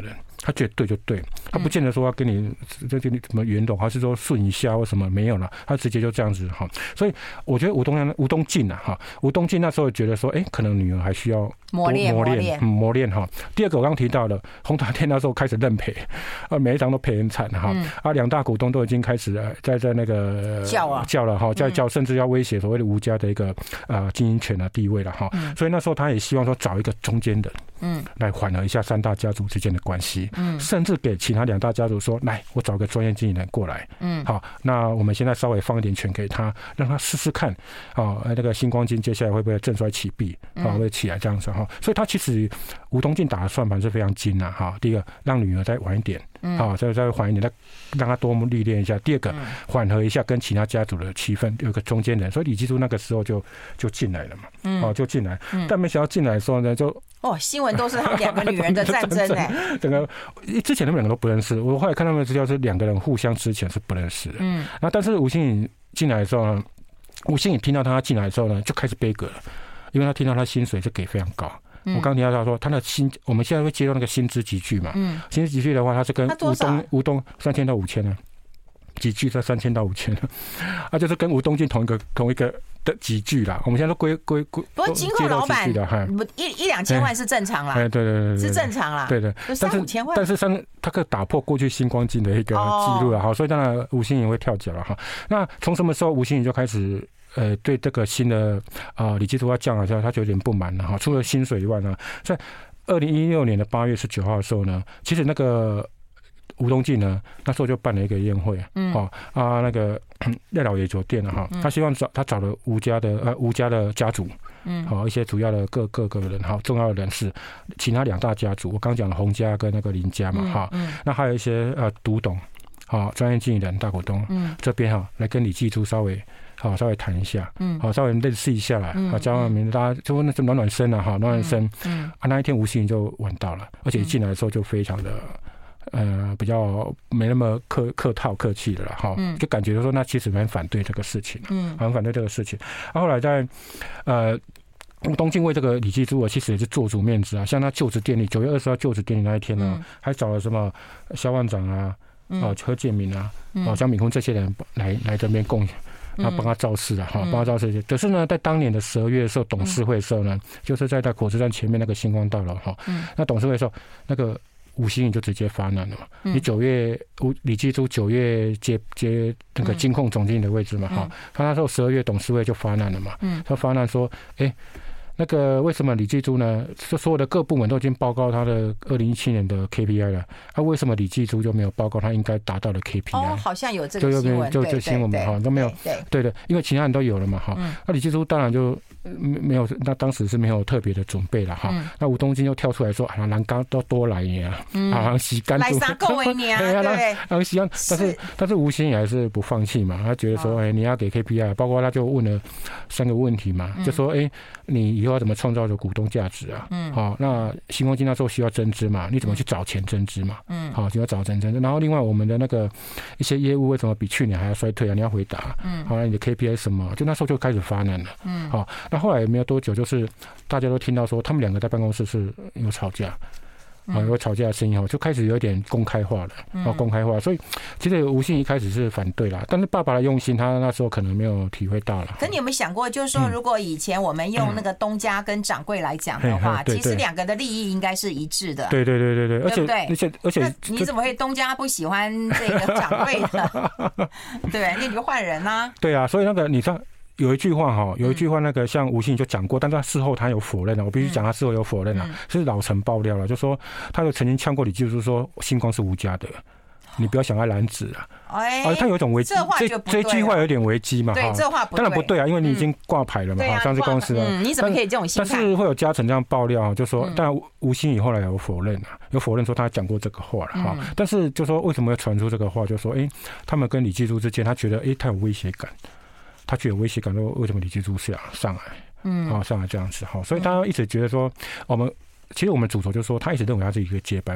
他觉得对就对，他不见得说要跟你怎么圆融，还是说顺一下或什么，没有了，他直接就这样子哈。所以我觉得吴东进啊哈，吴东进那时候觉得说，可能女儿还需要磨练哈。第二个我刚刚提到了宏达电那时候开始认赔，每一张都赔很惨哈。两大股东都已经开始在那个叫了哈，叫甚至要威胁所谓的吴家的一个经营权的地位了哈。所以那时候他也希望说找一个中间人，来缓和一下三大家族之间的关系，甚至给其他两大家族说，来，我找个专业经理人过来，好，那我们现在稍微放一点权给他，让他试试看，那个星光金接下来会不会振衰起弊，会起来这样子哈。所以他其实吴东进打的算盘是非常精啊哈。第一个，让女儿再晚一点，再缓一点，再让他多历练一下。第二个，缓和一下跟其他家族的气氛，有一个中间人。所以李记珠那个时候就进来了嘛，就进来，但没想到进来的时候呢，就新闻都是他们两个女人的战争整个之前他们两个都不认识，我后来看他们的资料是两个人互相之前是不认识的，然后但是吴欣颖进来的时候呢，吴欣颖听到他进来的时候呢，就开始悲歌了，因为他听到他薪水就给非常高。我刚听到他说他的我们现在会接到那个薪资集聚嘛，薪资集聚的话，他是跟吴东3000到5000呢，集聚在3000到5000，就是跟吴东进同一个的集聚啦。我们现在都归不过金控老板1-2千万是正常啦， 对， 是正常啦， 对， 就3-5千万， 但是他可以打破过去星光金的一个记录了哈，所以当然吴欣颖会跳脚了哈。那从什么时候吴欣颖就开始对这个新的李记珠要降了，他就有点不满了哈。除了薪水以外呢，在2016年8月19号的时候呢，其实那个吴东进呢，那时候就办了一个宴会，那个赖老爷酒店了哈，他希望他找了吴家的家族，一些主要的各个人哈，重要的人士，其他两大家族，我刚讲了洪家跟那个林家嘛哈，那还有一些独董，专业经理人大股东，这边哈来跟李记珠稍微谈一下，稍微认识一下啦，加上大家就那暖身了哈，暖身，那一天吴欣颖就晚到了，而且一进来的时候就非常的。比较没那么客气的了哈，就感觉说那其实蛮反对这个事情，很反对这个事情。后来在吴东进为这个李记珠其实也是做足面子啊，像他就职典礼9月20号就职典礼那一天呢，还找了什么萧万长啊、柯建明啊、江敏坤这些人来这边共。帮他造势啊，帮他造势。可是呢，在当年的12月的时候，董事会的时候呢，就是在火车站前面那个星光大楼哈，那董事会的时候，那个吴欣颖就直接发难了嘛。你李记珠9月接那个金控总经理的位置嘛哈，他那时候12月董事会就发难了嘛，他发难说，那个为什么李记珠呢？所有的各部门都已经报告他的2017年的 KPI 了，为什么李记珠就没有报告他应该达到的 KPI？ 好像有这个新闻， 就新闻嘛哈，都没有，对的，因为其他人都有了嘛哈。那李记珠当然就没有，那当时是没有特别的准备了哈。那吴东进又跳出来说，栏杆都多来呀，洗干来3个为年，对， 洗干，但是吴欣颖还是不放弃嘛，他觉得说，你要给 KPI， 包括他就问了3个问题嘛，就说，你以后要怎么创造的股东价值啊？那星光金那时候需要增资嘛，你怎么去找钱增资嘛？就要找钱增资。然后另外我们的那个一些业务为什么比去年还要衰退啊？你要回答。好，你的 KPI 什么？就那时候就开始发难了。好，那后来也没有多久，就是大家都听到说他们两个在办公室是有吵架。有吵架的声音就开始有点公开化了，公开化，所以其实吴欣颖一开始是反对啦，但是爸爸的用心，他那时候可能没有体会到了。 可你有没有想过，就是说，如果以前我们用那个东家跟掌柜来讲的话，其实两个的利益应该是一致的。 对，而且你怎么会东家不喜欢这个掌柜的？对，那你就换人啊。 对啊，所以那个你知道。有一句话那个像吴欣颖就讲过，但是他事后他有否认了，我必须讲他事后有否认了，是老陈爆料了，就说他有曾经呛过李记珠说星光是吴家的，你不要想要染指啊。他有一种危机，这句话有点危机嘛。 对，这话不对， 当然不对啊，因为你已经挂牌了嘛，上市公司了， 你怎么可以这种心态？ 但是会有嘉诚这样爆料，就说，但吴欣颖后来有否认啊，有否认说他讲过这个话了哈。但是就说为什么要传出这个话，就说他们跟李记珠之间，他觉得他有威胁感。他具有威胁感，说为什么李记珠是上来，上来这样子，所以他一直觉得说，其实我们主轴就是说，他一直认为他是一个接班人，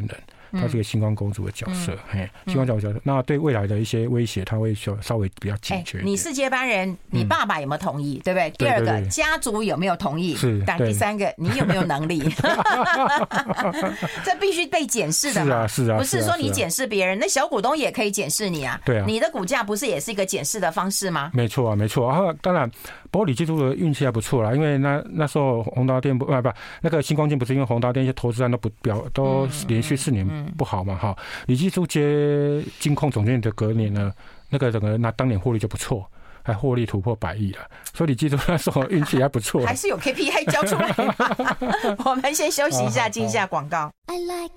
她是一个星光公主的角色，星光角色，那对未来的一些威胁，她会稍微比较警觉。 你是接班人，你爸爸有没有同意？对不对？第二个，家族有没有同意？ 是。 但第三个，你有没有能力？这必须被检视的嘛。 是啊， 不是说你检视别人，那小股东也可以检视你啊。 对啊， 你的股价不是也是一个检视的方式吗？ 没错啊，没错啊。当然，不过李记珠的运气还不错啦，因为那时候宏达电不那个星光金不是因为宏达电一些投资案都连续4年不好嘛哈。李记珠接金控总经理的隔年呢，那个整个当年获利就不错。还获利突破100亿了，所以你记住那时候运气还不错， 还是有 KPI 交出来嘛。我们先休息一下，进一下广告。 I like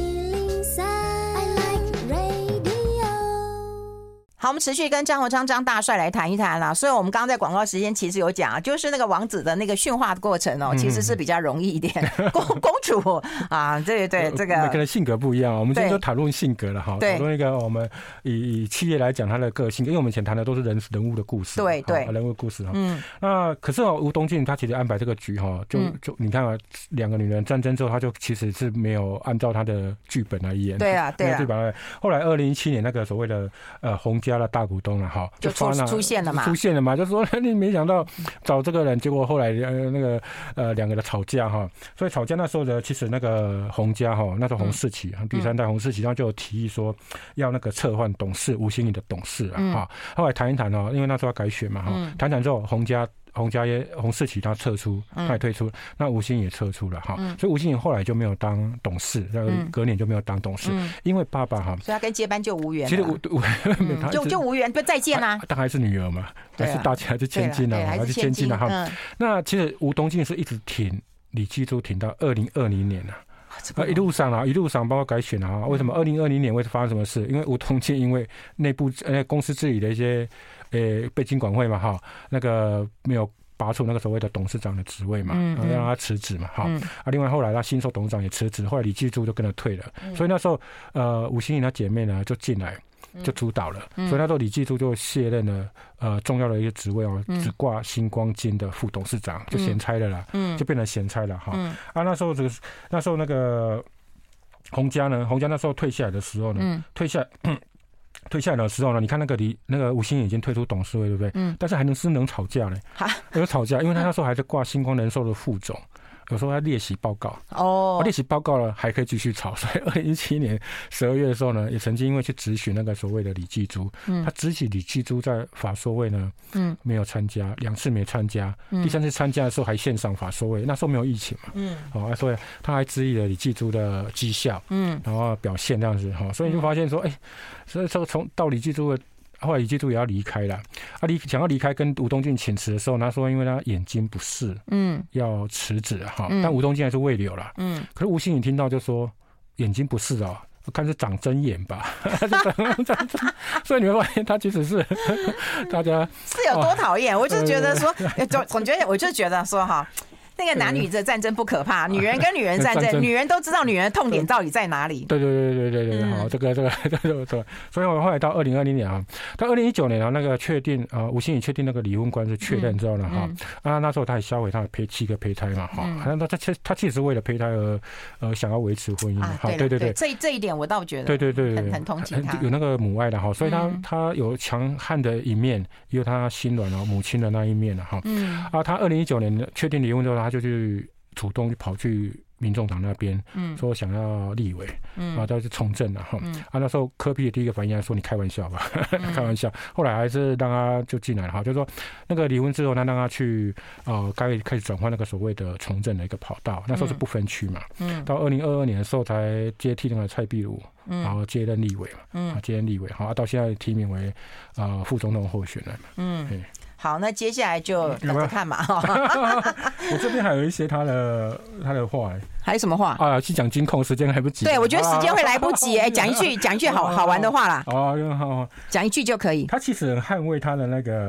103, I like radio。 好，我们持续跟张宏昌张大帅来谈一谈啦。所以我们刚刚在广告时间其实有讲啊，就是那个王子的那个驯化的过程哦，其实是比较容易一点。公主啊，对，这个每个人性格不一样，我们今天就谈论性格了哈，讨论一个我们以企业来讲他的个性，因为我们以前谈的都是人物的故事， 对， 人物故事哈。那可是吴东进他其实安排这个局哈，就你看啊，2个女人战争之后，他就其实是没有按照他的剧本来演， 对啊。 后来2017年那个所谓的洪家的大股东了哈， 就出现了嘛，就说你没想到找这个人，结果后来那个2个的吵架哈，所以吵架那时候的其实那个洪家哈，那时候洪世奇第3代洪世奇，他就有提议说要那个撤换董事吴欣颖的董事啊哈，后来谈一谈哦，因为那时候要改选嘛哈，谈之后洪世奇他撤出，他也退出，那吴欣颖也撤出了哈，所以吴欣颖后来就没有当董事，隔年就没有当董事，因为爸爸哈， 所以他跟接班就无缘了。 其实就无缘，不再见啦。 当然是女儿嘛，还是大姐，还是千金啊，还是千金啊哈。那其实吴东进是一直挺李记珠挺到2020年啊。一路上包括改选啊，为什么2020年会发生什么事？因为吴东进因为内部公司治理的一些被金管会嘛哈，那个没有拔出那个所谓的董事长的职位嘛，让他辞职嘛哈。另外后来他新受董事长也辞职，后来李记珠就跟他退了，所以那时候吴欣颖她姐妹呢就进来。就主导了，所以那时候李记珠就卸任了重要的一个职位哦，只挂星光金的副董事长，就闲差了啦，就变成闲差了哈。那时候那个洪家那时候退下来的时候呢，退下来的时候呢，你看那个吴欣颖已经退出董事会，对不对？但是还能吵架呢，有吵架，因为他那时候还在挂星光人寿的副总。有时候他列席报告列席报告了还可以继续吵，所以2017年12月的时候呢，也曾经因为去质询那个所谓的李记珠，他质询李记珠在法说会呢，没有参加，2次没参加，第3次参加的时候还线上法说会，那时候没有疫情嘛，所以他还质疑了李记珠的绩效，然后表现这样子所以就发现说，所以从到李记珠的。后来李记珠也要离开了，想要离开跟吴东进请辞的时候，他说因为他眼睛不适，要辞职哈。但吴东进还是未留了，可是吴欣颖听到就说眼睛不适哦，我看是长针眼吧，所以你会发现他其实是大家是有多讨厌。我就觉得说，我就觉得说哈。那个男女的战争不可怕，女人跟女人战争，女人都知道女人的痛点到底在哪里。对， 好，这个，所以我后来到2020年啊，到2019年啊，那个确定吴欣颖确定那个离婚官司确认之后呢，那时候他也销毁他的7个胚胎嘛，他其实是为了胚胎而想要维持婚姻嘛，对， 这一点我倒觉得对，很同情他， 有那个母爱的哈，所以他有强悍的一面，也有他心软母亲的那一面哈，他2019年确定离婚之后，他就去主动跑去民众党那边，说想要立委，他去从政了哈。那时候柯 P 的第一个反应说：“你开玩笑吧，开玩笑。”后来还是让他就进来了哈，就是说那个离婚之后，他让他去开始转换那个所谓的从政的一个跑道。那时候是不分区嘛，到2022年的时候才接替那个蔡壁如，然后接任立委嘛，接任立委，好，到现在提名为副总统候选人嘛， 好，那接下来就等着看嘛。 我这边还有一些他的话， 还有什么话啊？去讲金控，时间来不及。 对，我觉得时间会来不及。讲一句好玩的话啦。 好，讲一句就可以。他其实很捍卫他的那个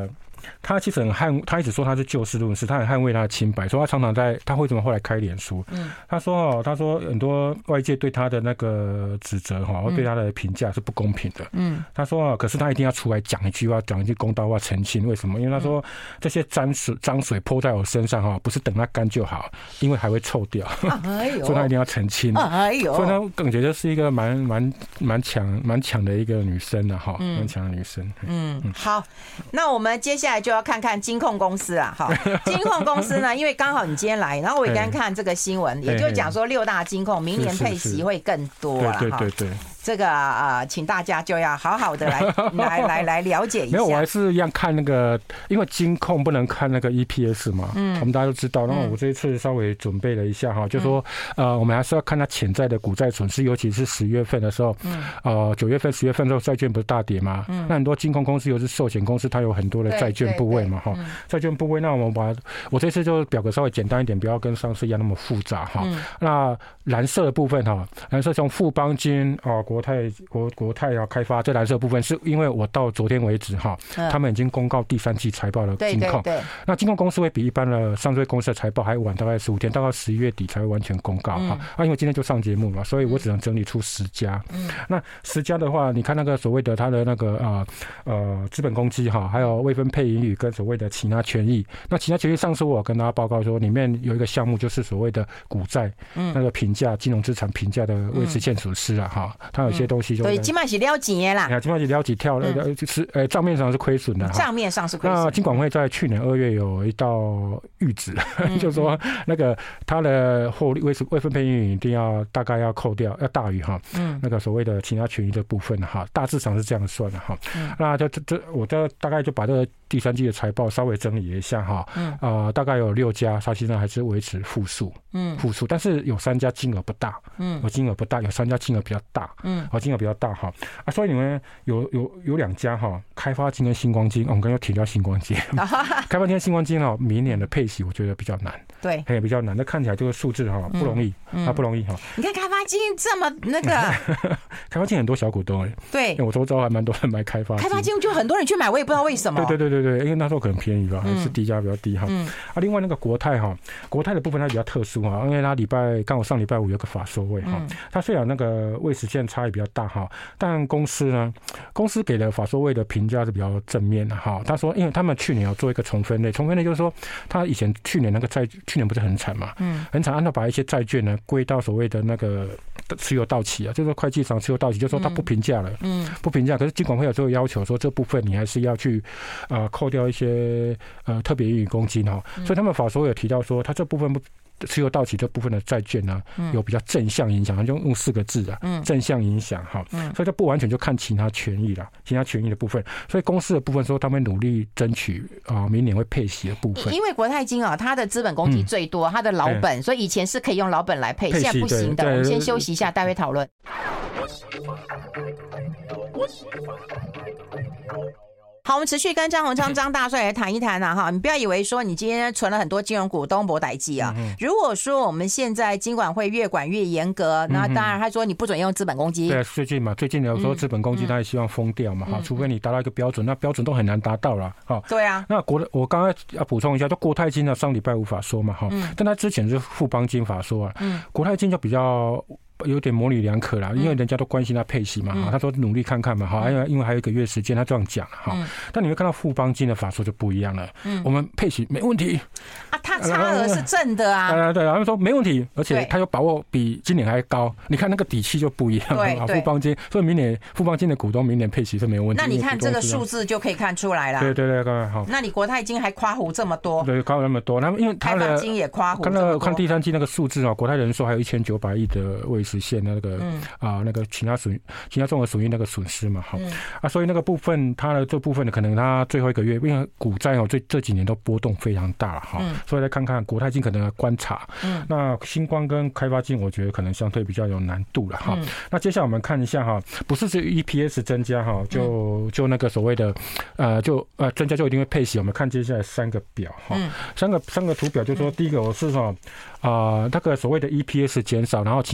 他其实他一直说他是就事论事，他很捍卫他的清白，说他常常他为什么后来开脸书？他说很多外界对他的那个指责或对他的评价是不公平的。他说可是他一定要出来讲一句话，讲一句公道话澄清，为什么？因为他说这些脏水泼在我身上不是等它干就好，因为还会臭掉，所以他一定要澄清。所以他感觉就是一个蛮强的一个女生啊，蛮强的女生。 好，那我们接下来就要看看金控公司啊，金控公司呢，因为刚好你今天来，然后我也刚看这个新闻，也就讲说6大金控明年配息会更多了哈。对。这个请大家就要好好的来了解一下。 没有，我还是一样看那个，因为金控不能看那个 EPS 嘛，我们大家都知道。然后我这一次稍微准备了一下就说我们还是要看它潜在的股债损失，尤其是10月份的时候，9月份、10月份的时候债券不是大跌嘛？那很多金控公司又是寿险公司，它有很多的债券部位嘛，债券部位，那我这次就表格稍微简单一点，不要跟上次一样那么复杂那蓝色的部分蓝色从富邦金国泰开发这蓝色部分，是因为我到昨天为止他们已经公告第3季财报的金控。那金控公司会比一般的上市公司的财报还晚大概15天，大概11月底才会完全公告因为今天就上节目嘛，所以我只能整理出10家。那10家的话，你看那个所谓的它的那个资本公积还有未分配盈余跟所谓的其他权益。那其他权益上次我跟大家报告说，里面有一个项目就是所谓的股债那个评价金融资产评价的未实现损失它有些东西就对，基本上是了钱的啦， 基本上是了解跳就是账面上是亏损的账面上是亏损。 那金管会在去年2月有一道谕旨，就是说那个它的获利未分配盈余一定要大概要扣掉，要大于那个所谓的其他权益的部分大致上是这样算的那我大概就把这个第3季的财报稍微整理了一下大概有6家，它现在还是维持负数，但是有3家金额不大，有3家金额比较大，金额比较大所以你们有2家开发金跟星光金，我们刚刚提到星光金，开发金跟星光金明年的配息我觉得比较难， 对， 比较难，那看起来这个数字不容易，不容易你看开发金这么那个， 开发金很多小股东对， 我周遭还蛮多人买开发金，就很多人去买，我也不知道为什么。 对，因为那时候可能便宜吧，还是低价比较低另外那个国泰的部分它比较特殊因为它刚好上礼拜5有个法说会它虽然那个未实现差异比较大但公司给的法说会的评价是比较正面的他说，因为他们去年有做一个重分类就是说，他以前去年不是很惨嘛，很惨，按照把一些债券呢归到所谓的那个持有到期就是说会计上持有到期，就是说他不评价了，不评价。可是金管会有时候要求说，这部分你还是要去扣掉一些特别盈余公积所以他们法说会有提到说，他这部分持有到期这部分的债券呢，有比较正向影响，就用4个字正向影响所以这不完全就看其他权益啦，其他权益的部分。所以公司的部分说，他们努力争取明年会配息的部分。 因为国泰金它的资本公积最多，它的老本，所以以前是可以用老本来配，现在不行的。我们先休息一下，待会讨论。好，我们持续跟张宏昌张大帅来谈一谈你不要以为说你今天存了很多金融股东没代志如果说我们现在金管会越管越严格，那当然他说你不准用资本公积。 对，最近有时候资本公积他也希望封掉嘛除非你达到一个标准，那标准都很难达到了对啊。 那我刚刚要补充一下，就国泰金呢上礼拜5法说嘛但他之前是富邦金法说国泰金就比较有点模棱两可啦，因为人家都关心他配息嘛他说努力看看嘛因为还有1个月时间，他这样讲但你会看到富邦金的法说就不一样了我们配息没问题他差额是正的对，他们说没问题，而且他有把握比今年还高，你看那个底气就不一样富邦金，所以明年富邦金的股东明年配息是没有问题。 那你看这个数字就可以看出来了。 对，好。 那你国泰金还夸胡这么多？ 对，夸胡那么多，那因为他的开发金也夸胡这么多。 看第3季那个数字国泰人寿还有1900亿的未实现那个那个其他综合损益那个损失嘛所以那个部分它的这部分可能它最后1个月，因为股债这几年都波动非常大所以来看看国泰金可能要观察那星光跟开发金我觉得可能相对比较有难度了那接下来我们看一下不是这 EPS 增加就那个所谓的增加就一定会配息。我们看接下来3个表三个图表，就是说第一个我是那个所谓的 EPS 减少，然后其他权益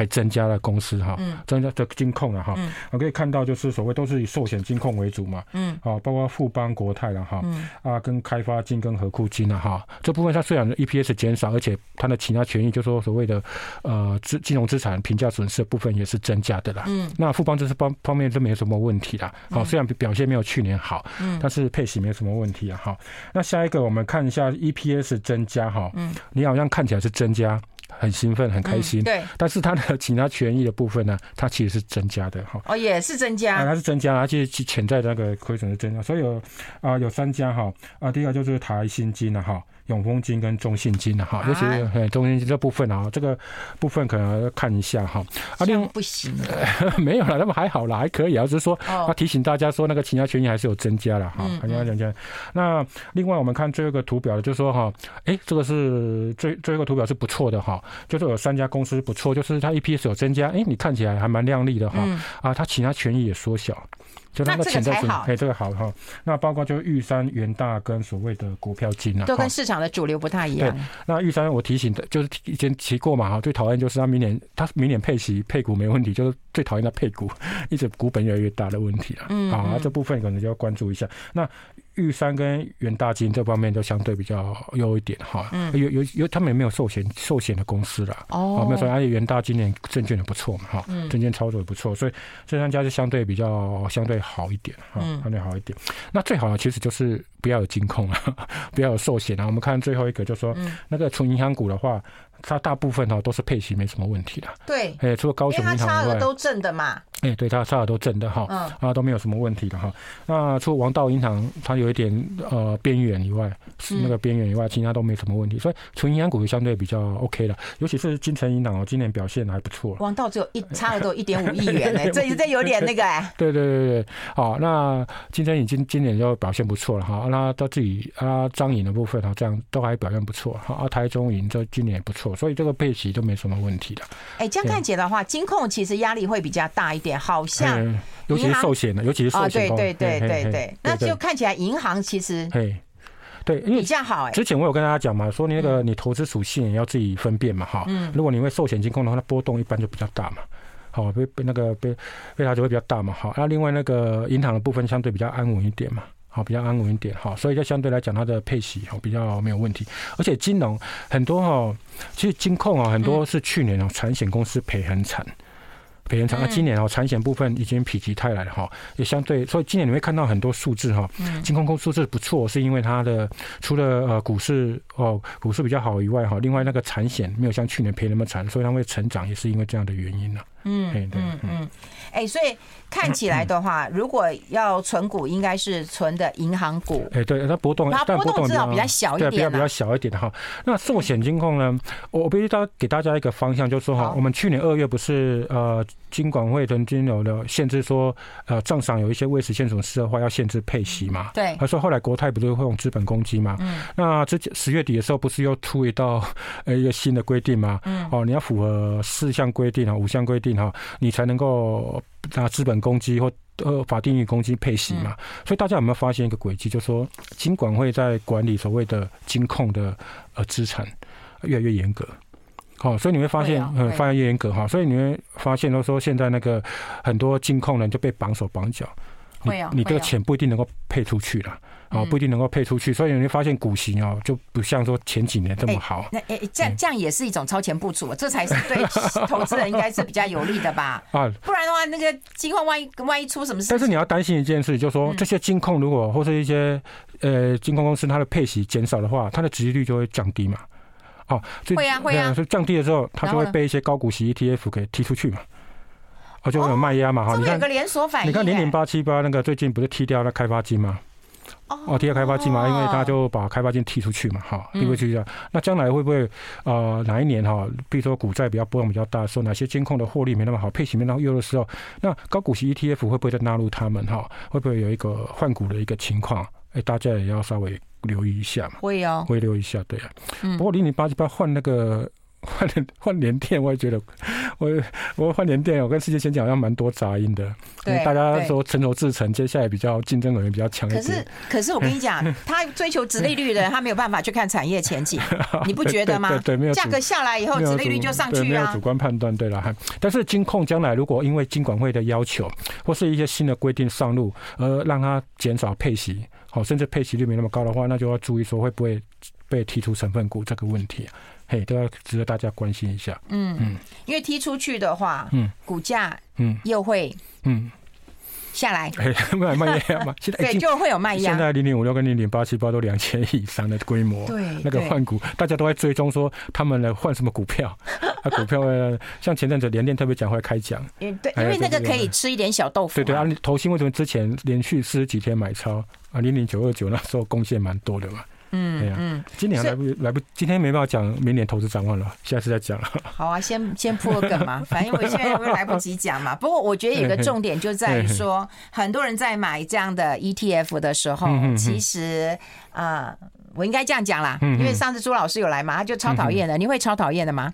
还增加了公司哈，增加的金控了哈。我可以看到就是所谓都是以寿险金控为主嘛，包括富邦、国泰了哈，跟开发金跟合库金了哈。这部分它虽然 EPS 减少，而且它的其他权益，就说所谓的金融资产评价损失的部分也是增加的啦。那富邦这是方面都没有什么问题啦。好，虽然表现没有去年好，但是配息没有什么问题啊。好，那下一个我们看一下 EPS 增加哈，你好像看起来是增加。很兴奋，很开心。对，但是它的其他权益的部分呢，它其实是增加的哈。 哦，也是增加。 它是增加，而且潜在的那个亏损是增加，所以有3家哈。第一个就是台新金了哈。永丰金跟中信金的哈，尤其是中信金这部分啊，这个部分可能要看一下哈。 不行， 没有啦，那么还好啦，还可以啊，只是说提醒大家说那个其他权益还是有增加了哈，还是要增加。那另外我们看最后一个图表，就是说哈，这个是最后一个图表是不错的哈，就是有3家公司不错，就是它 EPS 有增加，你看起来还蛮亮丽的哈，它其他权益也缩小。就它的潜在好， 这个好哈。那包括就是玉山、元大跟所谓的国票金啊， 都跟市场的主流不太一样。 对，那玉山我提醒的就是以前提过嘛哈，最讨厌就是他明年配息配股没问题，就是最讨厌他配股一直股本越来越大的问题了。这部分可能就要关注一下。那玉山跟元大金这方面都相对比较优一点哈，有他们也没有寿险的公司了没有说，而且元大今年证券也不错嘛哈，证券操作也不错，所以这3家是相对好一点哈，相对好一点。那最好的其实就是不要有金控了，不要有寿险了。我们看最后一个，就说那个纯银行股的话，它大部分都是配息没什么问题的。对，除了高雄银行以外，因为它差额都正的嘛。 对，它差额都正的哈，都没有什么问题的哈。那除了王道银行它有一点边缘以外，那个边缘以外，其他都没什么问题。所以纯银行股也相对比较 OK 了，尤其是金城银行今年表现还不错。 王道只有差额都有1.5亿元这有点那个对，好，那金城银今年就表现不错了哈。那他自己彰银的部分这样都还表现不错哈。台中银这今年也不错，所以这个配息都没什么问题的。 这样看起来的话，金控其实压力会比较大一点。好像尤其是寿险的，尤其是寿险。 对，那就看起来银行其实对，因为比较好。之前我有跟大家讲嘛，说你投资属性也要自己分辨嘛哈。如果你会寿险金控的话，它波动一般就比较大嘛。好，被它就会比较大嘛。好，那另外那个银行的部分相对比较安稳一点嘛。好，比较安稳一点哈，所以就相对来讲，它的配息比较没有问题。而且金融很多其实金控很多是去年产险公司赔很惨。今年产险部分已经否极泰来了也相对，所以今年你会看到很多数字金控数字不错，是因为它的除了股市比较好以外另外那个产险没有像去年赔那么惨，所以它会成长，也是因为这样的原因了。 所以看起来的话，如果要存股，应该是存的银行股。 对，它波动至少比较小一点， 对，比较小一点哈。那寿险金控呢？我必须给大家一个方向，就是说我们去年2月不是金管会曾经有的限制说账上有一些未实现损失的话要限制配息嘛？对。他说后来国泰不是会用资本公积嘛？那10月底的时候不是又出一道一个新的规定嘛？你要符合4项规定5项规定你才能够拿资本公积或法定公积配息嘛。所以大家有没有发现一个轨迹，就是说金管会在管理所谓的金控的资产越来越严格。所以你会发现发现越严格所以你会发现说现在那个很多金控人就被绑手绑脚，你这个钱不一定能够配出去了。不一定能够配出去，所以你会发现股息就不像说前几年这么好。 这样也是一种超前部署，这才是对投资人应该是比较有利的吧？不然的话，那个金控万一出什么事？ 但是你要担心一件事，就是说这些金控如果或是一些金控公司它的配息减少的话，它的殖利率就会降低嘛。 会啊， 所以降低的时候，它就会被一些高股息 ETF 给踢出去嘛。就会有卖压嘛。 这有个连锁反应。 你看00878那个最近不是踢掉那开发金吗？踢掉开发金嘛，因为他就把开发金踢出去嘛，踢回去。那将来会不会哪一年比如说股债比较波动比较大的时候，哪些监控的获利没那么好，配息没那么优的时候，那高股息 ETF 会不会再纳入他们会不会有一个换股的一个情况？大家也要稍微留意一下嘛。会留意一下，对啊。不过00878换那个换联电，我也觉得我换联电，我跟世界先进好像蛮多杂音的。 对， 大家说成熟制程，接下来比较竞争能力比较强一点。 可是我跟你讲，他追求殖利率的人，他没有办法去看产业前景，你不觉得吗？ 对，没有价格下来以后，殖利率就上去啊。 没有主观判断，对了。但是金控将来如果因为金管会的要求，或是一些新的规定上路，而让它减少配息，甚至配息率没那么高的话，那就要注意说会不会被剔除成分股这个问题。都要值得大家关心一下。 因为踢出去的话，股价又会下来， 卖压嘛， 对，就会有卖压。 现在0056跟00878都2000亿以上的规模， 对， 那个换股，大家都在追踪说他们来换什么股票。股票像前阵子联电特别讲会开奖， 对，因为那个可以吃一点小豆腐。 对，投信为什么之前连续40几天买超00929那时候贡献蛮多的嘛。今年来不，今天没办法讲明年投资展望了，下次再讲了。 好啊，先铺个梗嘛，反正我现在会来不及讲嘛。不过我觉得有个重点就在于说，很多人在买这样的 ETF 的时候，其实我应该这样讲啦，因为上次朱老师有来嘛，他就超讨厌的。你会超讨厌的吗？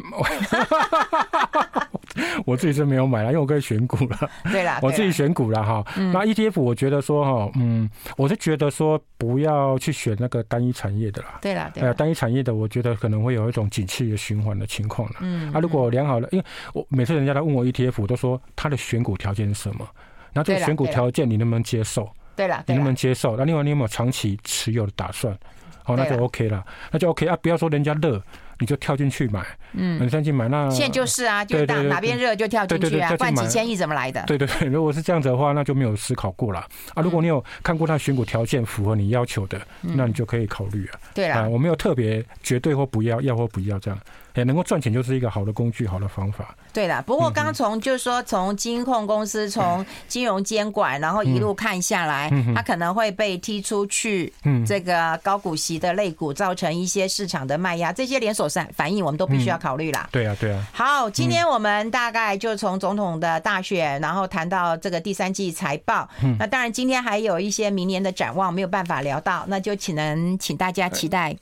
我自己是没有买啦，因为我可以选股了。 对啦， 我自己选股了哈。那 ETF 我觉得说我是觉得说不要去选那个单一产业的啦。对啦，单一产业的我觉得可能会有一种景气的循环的情况了。如果良好的，因为我每次人家来问我 ETF， 我都说他的选股条件是什么，然后这个选股条件你能不能接受？对啦，你能不能接受？那另外你有没有长期持有的打算？那就 OK 了，那就 OK 啊！不要说人家热你就跳进去买，你跳进去买那现在就是啊，就哪边热就跳进去啊，不然几千亿怎么来的？对，如果是这样子的话，那就没有思考过了啊。如果你有看过他选股条件符合你要求的，那你就可以考虑啊。对啦，我没有特别绝对或不要，要或不要这样。能够赚钱就是一个好的工具，好的方法。对啦，不过刚从就是说从金控公司从金融监管，然后一路看下来，它可能会被踢出去这个高股息的类股，造成一些市场的卖压，这些连锁反应我们都必须要考虑啦。对啊。好，今天我们大概就从总统的大选，然后谈到这个第3季财报。那当然今天还有一些明年的展望没有办法聊到，那就请大家期待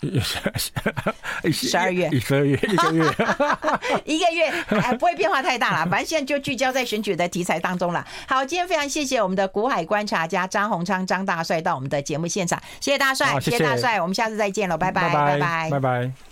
12月。一个月不会变化太大啦，反正现在就聚焦在选举的题材当中啦。好，今天非常谢谢我们的股海观察家张宏昌张大帅到我们的节目现场，谢谢大帅，谢谢大帅，我们下次再见了，拜拜。